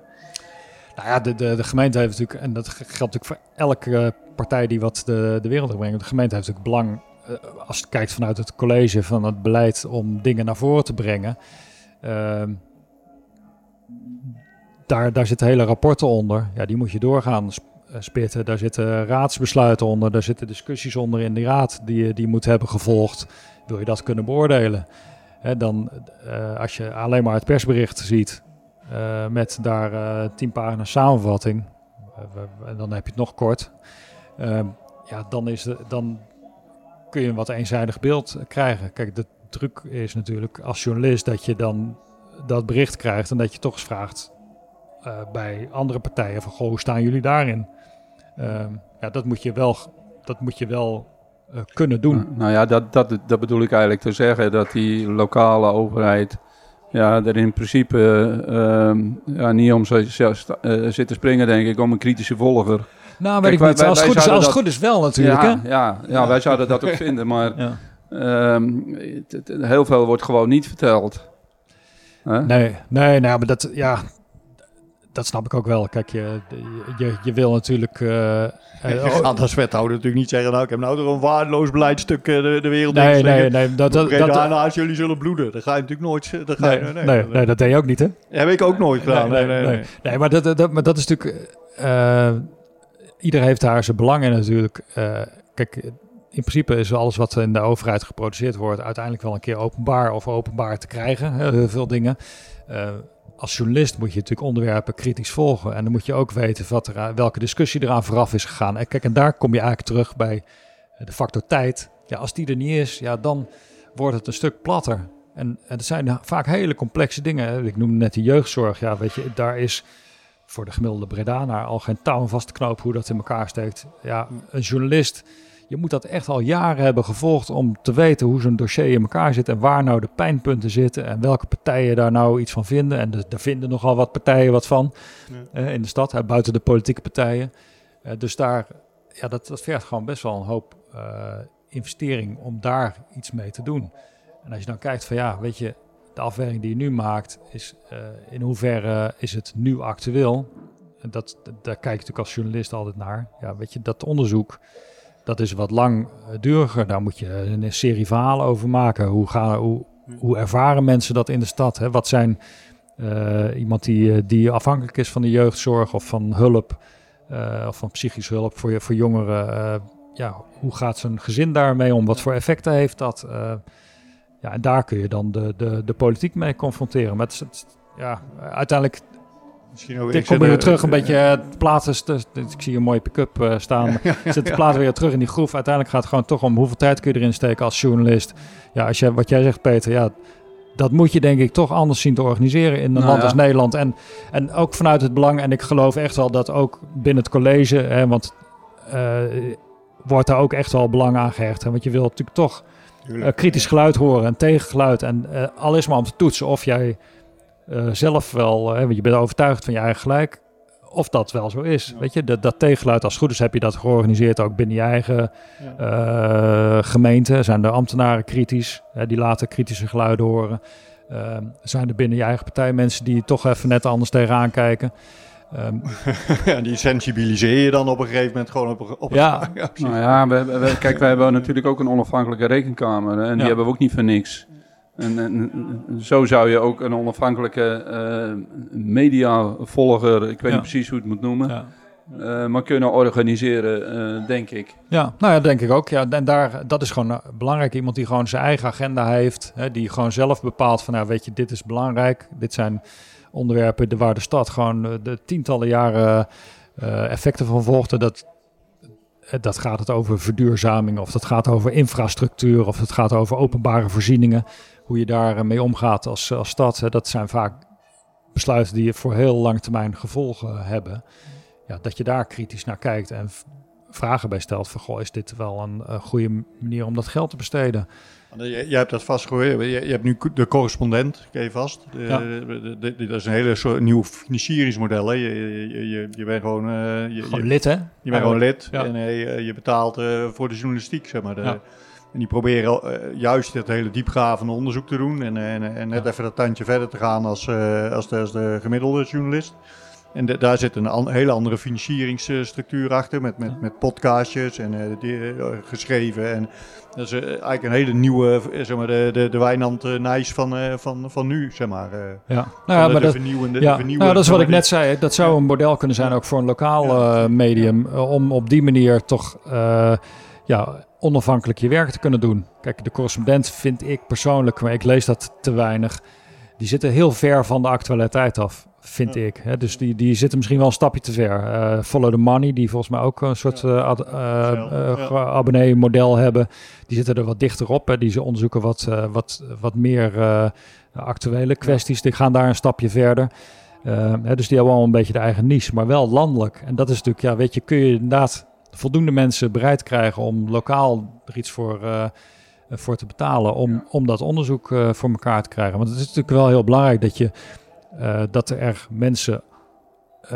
Speaker 3: Nou ja, de, de, de gemeente heeft natuurlijk, en dat geldt natuurlijk voor elke partij die wat de, de wereld brengt. De gemeente heeft natuurlijk belang, uh, als je kijkt vanuit het college van het beleid, om dingen naar voren te brengen. Uh, daar, daar zitten hele rapporten onder. Ja, die moet je doorgaan spitten. Daar zitten raadsbesluiten onder. Daar zitten discussies onder in die raad die je die moet hebben gevolgd. Wil je dat kunnen beoordelen? Hè, dan, uh, als je alleen maar het persbericht ziet uh, met daar uh, tien pagina's samenvatting, uh, en dan heb je het nog kort. Uh, ja, dan, is de, dan kun je een wat eenzijdig beeld krijgen. Kijk, de truc is natuurlijk als journalist dat je dan dat bericht krijgt en dat je toch eens vraagt uh, bij andere partijen van, goh, hoe staan jullie daarin? Uh, ja, dat moet je wel, dat moet je wel uh, kunnen doen.
Speaker 4: Nou ja, dat, dat, dat bedoel ik eigenlijk te zeggen, dat die lokale overheid ja, er in principe uh, ja, niet om zo, zo, uh, zit te springen, denk ik, om een kritische volger.
Speaker 3: Nou, weet Kijk, ik wij, niet. Wij, als het, goed is, als het dat, goed is wel natuurlijk.
Speaker 4: Ja,
Speaker 3: hè?
Speaker 4: Ja, ja, ja, wij zouden dat ook vinden, maar ja. um, het, het, heel veel wordt gewoon niet verteld. Huh?
Speaker 3: Nee, nee, nou, maar dat, ja, dat snap ik ook wel. Kijk, je, je, je wil natuurlijk... Uh,
Speaker 2: je gaat als wethouder natuurlijk niet zeggen, nou, ik heb nou er een waardeloos beleidstuk uh, de, de wereld in
Speaker 3: nee, nee, nee, dat, dat,
Speaker 2: daarna als jullie zullen bloeden. Dat ga je natuurlijk nooit... Dat ga
Speaker 3: nee,
Speaker 2: je, nee,
Speaker 3: nee, nee, nee, dat deed je ook niet, hè?
Speaker 2: Heb ik ook nooit gedaan.
Speaker 3: Nee, nee, nee, nee. nee. nee maar, dat, dat, maar dat is natuurlijk... Uh, ieder heeft daar zijn belang in natuurlijk. Uh, kijk, in principe is alles wat in de overheid geproduceerd wordt uiteindelijk wel een keer openbaar of openbaar te krijgen. Heel veel dingen. Uh, als journalist moet je natuurlijk onderwerpen kritisch volgen. En dan moet je ook weten wat er, welke discussie eraan vooraf is gegaan. En kijk, en daar kom je eigenlijk terug bij de factor tijd. Ja, als die er niet is, ja, dan wordt het een stuk platter. En, en dat zijn vaak hele complexe dingen. Ik noemde net de jeugdzorg. Ja, weet je, daar is voor de gemiddelde Bredaner al geen touw vast te knopen hoe dat in elkaar steekt. Ja, een journalist, je moet dat echt al jaren hebben gevolgd om te weten hoe zo'n dossier in elkaar zit en waar nou de pijnpunten zitten en welke partijen daar nou iets van vinden. En de, daar vinden nogal wat partijen wat van ja. uh, in de stad, uh, buiten de politieke partijen. Uh, dus daar, ja, dat, dat vergt gewoon best wel een hoop uh, investering om daar iets mee te doen. En als je dan kijkt van ja, weet je, de afweging die je nu maakt is uh, in hoeverre is het nu actueel. En dat, dat, daar kijk je natuurlijk als journalist altijd naar. Ja, weet je, dat onderzoek, dat is wat langduriger. Daar moet je een serie verhalen over maken. Hoe, gaan, hoe, hoe ervaren mensen dat in de stad? Hè? Wat zijn uh, iemand die, die afhankelijk is van de jeugdzorg of van hulp uh, of van psychische hulp voor, voor jongeren? Uh, ja, hoe gaat zijn gezin daarmee om? Wat voor effecten heeft dat? Uh, ja, en daar kun je dan de, de, de politiek mee confronteren. Maar het, het, ja, uiteindelijk...
Speaker 2: Misschien ook,
Speaker 3: ik kom weer terug een beetje uh, platen. Ik zie een mooie pick-up uh, staan. Ja, ja, ja, zit de platen weer terug in die groef. Uiteindelijk gaat het gewoon toch om hoeveel tijd kun je erin steken als journalist. Ja, als je, wat jij zegt, Peter, ja, dat moet je denk ik toch anders zien te organiseren in een nou, land ja. als Nederland. En, en ook vanuit het belang. En ik geloof echt wel dat ook binnen het college, hè, want uh, wordt daar ook echt wel belang aan gehecht. Hè, want je wilt natuurlijk toch uh, kritisch geluid horen en tegengeluid. En uh, al is maar om te toetsen of jij uh, zelf wel, uh, want je bent overtuigd van je eigen gelijk, of dat wel zo is. Ja. Weet je, dat, dat tegengeluid, als het goed is, heb je dat georganiseerd ook binnen je eigen ja. uh, gemeente. Zijn de ambtenaren kritisch, uh, die laten kritische geluiden horen. Uh, zijn er binnen je eigen partij mensen die toch even net anders tegenaan kijken. Um,
Speaker 2: ja, die sensibiliseer je dan op een gegeven moment gewoon op, op
Speaker 3: ja.
Speaker 2: het
Speaker 4: nou ja, we, we, kijk, wij hebben natuurlijk ook een onafhankelijke rekenkamer. Hè, en die ja. hebben we ook niet voor niks. En, en zo zou je ook een onafhankelijke uh, mediavolger, ik weet ja. niet precies hoe het moet noemen, ja. uh, maar kunnen organiseren, uh, denk ik.
Speaker 3: Ja, nou ja, denk ik ook. Ja, en daar, dat is gewoon belangrijk. Iemand die gewoon zijn eigen agenda heeft, hè, die gewoon zelf bepaalt van, nou weet je, dit is belangrijk. Dit zijn onderwerpen waar de stad gewoon de tientallen jaren uh, effecten van volgde. Dat, dat gaat het over verduurzaming, of dat gaat over infrastructuur, of het gaat over openbare voorzieningen. Hoe je daar mee omgaat als, als stad. Hè, dat zijn vaak besluiten die voor heel lang termijn gevolgen hebben. Ja, dat je daar kritisch naar kijkt en v- vragen bij stelt van, goh, is dit wel een, een goede manier om dat geld te besteden?
Speaker 2: Jij hebt dat vast gehoord. Je, je hebt nu de correspondent, ken je vast. De, ja. de, de, de, de, dat is een hele soort nieuw financieringsmodel. Hè. Je, je, je, je bent gewoon... Uh, je,
Speaker 3: gewoon lid, hè?
Speaker 2: Je bent ja, gewoon lid ja. en uh, je betaalt uh, voor de journalistiek, zeg maar. De, ja. En die proberen uh, juist het hele diepgravende onderzoek te doen. En, en, en net ja. even dat tandje verder te gaan als, uh, als, de, als de gemiddelde journalist. En de, daar zit een an, hele andere financieringsstructuur achter. Met, met, met podcastjes en uh, die, uh, geschreven. En dat is uh, eigenlijk een hele nieuwe, uh, zeg maar, de, de, de Wijnand uh, Nijs van, uh, van, van nu, zeg maar. Uh,
Speaker 3: ja, nou ja,
Speaker 2: de,
Speaker 3: maar
Speaker 2: de
Speaker 3: dat,
Speaker 2: vernieuwende,
Speaker 3: ja.
Speaker 2: de vernieuwende,
Speaker 3: nou, dat is wat ik net zei. Dat zou een model kunnen zijn ook voor een lokaal uh, medium. Uh, om op die manier toch... Uh, ja, onafhankelijk je werk te kunnen doen. Kijk, de correspondent vind ik persoonlijk, maar ik lees dat te weinig. Die zitten heel ver van de actualiteit af, vind ja. ik. Hè? Dus die, die zitten misschien wel een stapje te ver. Uh, Follow the Money, die volgens mij ook een soort ja. uh, ad, uh, uh, ja. abonnee-model hebben. Die zitten er wat dichter op. Hè? Die ze onderzoeken wat, uh, wat, wat meer uh, actuele kwesties. Ja. Die gaan daar een stapje verder. Uh, hè? Dus die hebben al een beetje de eigen niche, maar wel landelijk. En dat is natuurlijk, ja, weet je, kun je inderdaad voldoende mensen bereid krijgen om lokaal er iets voor, uh, voor te betalen, om, ja. om dat onderzoek uh, voor elkaar te krijgen. Want het is natuurlijk wel heel belangrijk dat je uh, dat er mensen uh,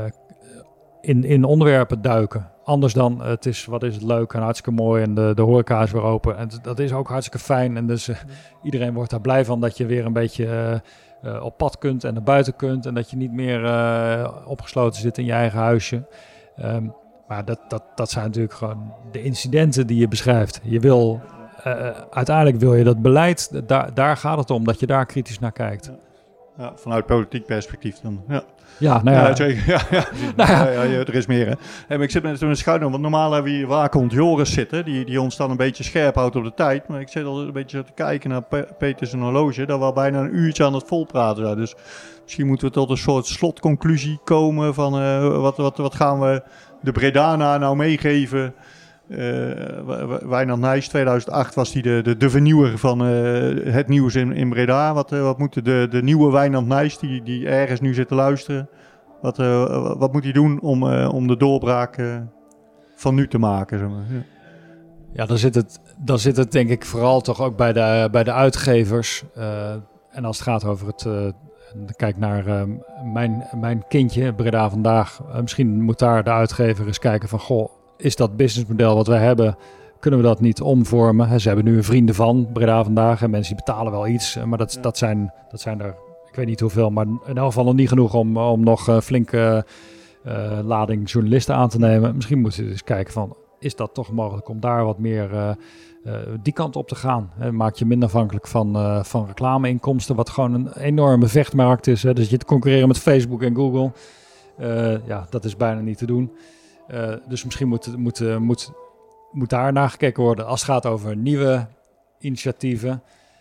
Speaker 3: in, in onderwerpen duiken. Anders dan, uh, het is, wat is het leuk en hartstikke mooi en de, de horeca is weer open. En dat is ook hartstikke fijn. En dus uh, iedereen wordt daar blij van dat je weer een beetje uh, uh, op pad kunt en naar buiten kunt. En dat je niet meer uh, opgesloten zit in je eigen huisje. Um, Maar dat, dat, dat zijn natuurlijk gewoon de incidenten die je beschrijft. Je wil, uh, uiteindelijk wil je dat beleid, daar, daar gaat het om, dat je daar kritisch naar kijkt.
Speaker 2: Ja, ja vanuit politiek perspectief dan. Ja,
Speaker 3: ja nou ja.
Speaker 2: ja, zeker. Ja, ja. Nou ja. Ja, ja, er is meer, hè. En ik zit met een schuin, want normaal hebben we hier Waakhond Joris zitten, die, die ons dan een beetje scherp houdt op de tijd. Maar ik zit al een beetje te kijken naar Pe- Peter zijn horloge, dat we al bijna een uurtje aan het volpraten zijn. Dus misschien moeten we tot een soort slotconclusie komen van uh, wat, wat, wat gaan we de Bredana nou meegeven. Uh, Wijnand Nijs, tweeduizend acht was hij de, de, de vernieuwer van uh, het nieuws in, in Breda. Wat, uh, wat moet de, de nieuwe Wijnand Nijs, die, die ergens nu zit te luisteren, wat, uh, wat moet hij doen om, uh, om de doorbraak uh, van nu te maken? Zeg maar. Ja,
Speaker 3: ja dan, zit het, dan zit het denk ik vooral toch ook bij de, bij de uitgevers. Uh, en als het gaat over het... Uh, Kijk naar uh, mijn, mijn kindje, Breda Vandaag. Uh, misschien moet daar de uitgever eens kijken van... Goh, is dat businessmodel wat wij hebben... kunnen we dat niet omvormen? He, ze hebben nu een Vrienden van Breda Vandaag... en mensen die betalen wel iets. Maar dat, ja. dat, zijn, dat zijn er, ik weet niet hoeveel... maar in elk geval nog niet genoeg om, om nog een flinke uh, lading journalisten aan te nemen. Misschien moeten we eens kijken van... is dat toch mogelijk om daar wat meer... Uh, Uh, die kant op te gaan. Hè. Maak je minder afhankelijk van, uh, van reclameinkomsten, wat gewoon een enorme vechtmarkt is. Hè. Dus je te concurreren met Facebook en Google, uh, ja, dat is bijna niet te doen. Uh, dus misschien moet, moet, moet moet daar naar gekeken worden. Als het gaat over nieuwe initiatieven,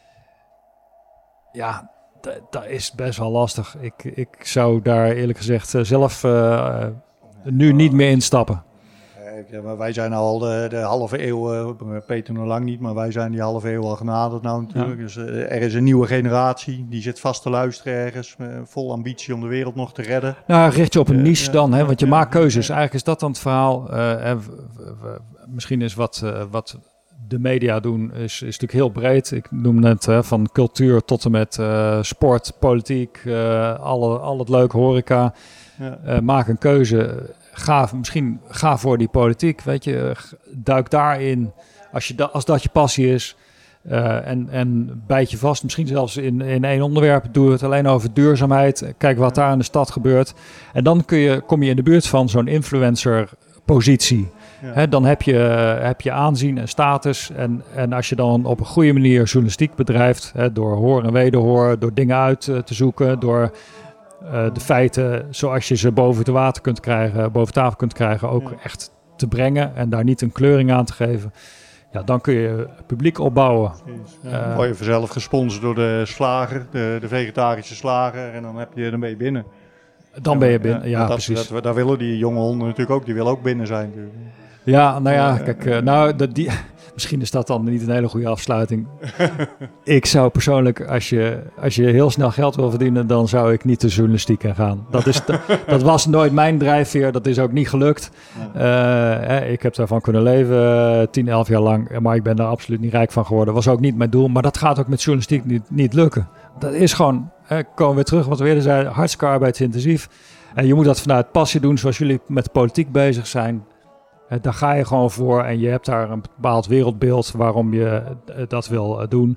Speaker 3: ja, d- dat is best wel lastig. Ik, ik zou daar eerlijk gezegd uh, zelf uh, nu niet meer instappen.
Speaker 2: Ja, maar wij zijn al de, de halve eeuw, uh, Peter nog lang niet, maar wij zijn die halve eeuw al genaderd nou natuurlijk. Ja. Dus uh, er is een nieuwe generatie, die zit vast te luisteren ergens, uh, vol ambitie om de wereld nog te redden.
Speaker 3: Nou, richt je op een niche dan, hè, want je maakt keuzes. Eigenlijk is dat dan het verhaal. Uh, en w- w- misschien is wat, uh, wat de media doen, is, is natuurlijk heel breed. Ik noem net uh, van cultuur tot en met uh, sport, politiek, uh, alle, al het leuke horeca. Ja. Uh, maak een keuze. Ga, misschien ga voor die politiek, weet je. Duik daarin, als, je da, als dat je passie is. Uh, en, en bijt je vast, misschien zelfs in, in één onderwerp. Doe het alleen over duurzaamheid. Kijk wat daar in de stad gebeurt. En dan kun je, kom je in de buurt van zo'n influencer-positie. Ja. He, dan heb je, heb je aanzien en status. En, en als je dan op een goede manier journalistiek bedrijft, he, door hoor en wederhoor, door dingen uit uh, te zoeken, door uh, de feiten zoals je ze boven het water kunt krijgen, boven tafel kunt krijgen, ook ja. echt te brengen en daar niet een kleuring aan te geven. Ja, dan kun je publiek opbouwen.
Speaker 2: Ja, uh, word je vanzelf gesponsord door de slager, de, de vegetarische slager, en dan, heb je, dan ben je binnen.
Speaker 3: Dan ben je binnen, ja, ja
Speaker 2: dat,
Speaker 3: precies.
Speaker 2: Dat, daar willen die jonge honden natuurlijk ook, die willen ook binnen zijn. Natuurlijk.
Speaker 3: Ja, nou ja, kijk, uh, nou, de, die, misschien is dat dan niet een hele goede afsluiting. Ik zou persoonlijk, als je, als je heel snel geld wil verdienen, dan zou ik niet de journalistiek in gaan. Dat, is, dat was nooit mijn drijfveer, dat is ook niet gelukt. Uh, ik heb daarvan kunnen leven, tien, elf jaar lang, maar ik ben daar absoluut niet rijk van geworden. Was ook niet mijn doel, maar dat gaat ook met journalistiek niet, niet lukken. Dat is gewoon, uh, komen we weer terug, wat we eerder zeiden, hartstikke arbeidsintensief. En je moet dat vanuit passie doen, zoals jullie met de politiek bezig zijn. Daar ga je gewoon voor en je hebt daar een bepaald wereldbeeld waarom je dat wil doen.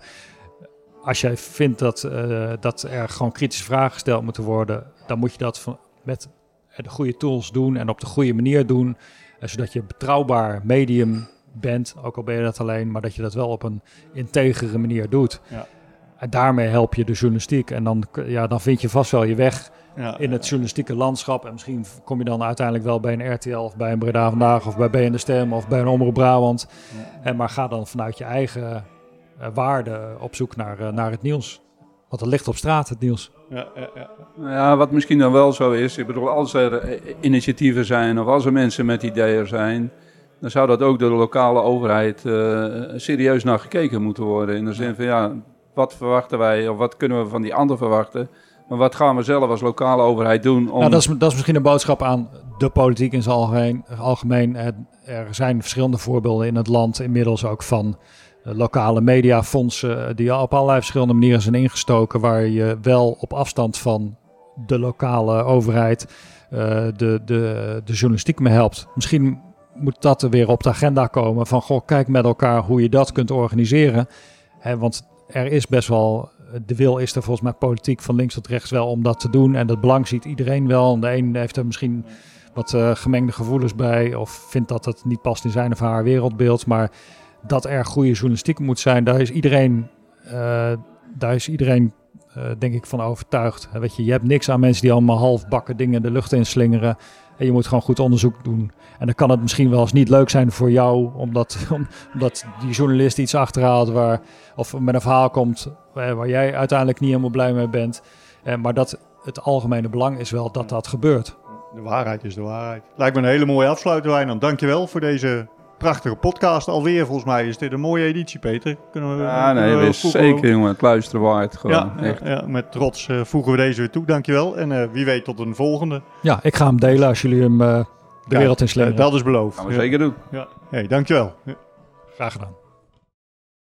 Speaker 3: Als jij vindt dat, uh, dat er gewoon kritische vragen gesteld moeten worden, dan moet je dat van, met de goede tools doen en op de goede manier doen. Uh, zodat je een betrouwbaar medium bent, ook al ben je dat alleen, maar dat je dat wel op een integere manier doet. Ja. En daarmee help je de journalistiek en dan, ja, dan vind je vast wel je weg. Ja, in het journalistieke landschap. En misschien kom je dan uiteindelijk wel bij een R T L of bij een Breda Vandaag of bij B N de Stem of bij een Omroep Brabant. Ja. En maar ga dan vanuit je eigen uh, waarde op zoek naar, uh, naar het nieuws. Want het ligt op straat, het nieuws.
Speaker 4: Ja, ja, ja. ja, wat misschien dan wel zo is. Ik bedoel, als er initiatieven zijn of als er mensen met ideeën zijn, dan zou dat ook door de lokale overheid uh, serieus naar gekeken moeten worden. In de zin van, ja, wat verwachten wij of wat kunnen we van die ander verwachten? Maar wat gaan we zelf als lokale overheid doen? Om...
Speaker 3: Nou, dat, is, dat is misschien een boodschap aan de politiek in zijn algemeen. algemeen. Er zijn verschillende voorbeelden in het land inmiddels ook van lokale mediafondsen die op allerlei verschillende manieren zijn ingestoken, waar je wel op afstand van de lokale overheid uh, de, de, de journalistiek mee helpt. Misschien moet dat er weer op de agenda komen van, goh, kijk met elkaar hoe je dat kunt organiseren. He, want er is best wel... De wil is er volgens mij politiek van links tot rechts wel om dat te doen. En dat belang ziet iedereen wel. En de een heeft er misschien wat uh, gemengde gevoelens bij. Of vindt dat het niet past in zijn of haar wereldbeeld. Maar dat er goede journalistiek moet zijn, daar is iedereen, uh, daar is iedereen uh, denk ik van overtuigd. Weet je, je hebt niks aan mensen die allemaal halfbakken dingen de lucht in slingeren. En je moet gewoon goed onderzoek doen. En dan kan het misschien wel eens niet leuk zijn voor jou, omdat, omdat die journalist iets achterhaalt waar, of met een verhaal komt waar jij uiteindelijk niet helemaal blij mee bent. Maar dat het algemene belang is wel dat dat gebeurt.
Speaker 2: De waarheid is de waarheid. Lijkt me een hele mooie afsluiter, Wijnand. Dankjewel voor deze prachtige podcast. Alweer, volgens mij is dit een mooie editie, Peter. Kunnen we,
Speaker 4: ja, nee, we zeker, jongen. Het luisteren waard. Gewoon,
Speaker 2: ja,
Speaker 4: echt.
Speaker 2: Ja, met trots uh, voegen we deze weer toe. Dankjewel. En uh, wie weet tot een volgende.
Speaker 3: Ja, ik ga hem delen als jullie hem uh, de ja, wereld in slingeren.
Speaker 2: Uh, dat is beloofd.
Speaker 4: Gaan we
Speaker 2: ja.
Speaker 4: zeker doen.
Speaker 2: Ja. Hey, dankjewel. Ja.
Speaker 3: Graag gedaan.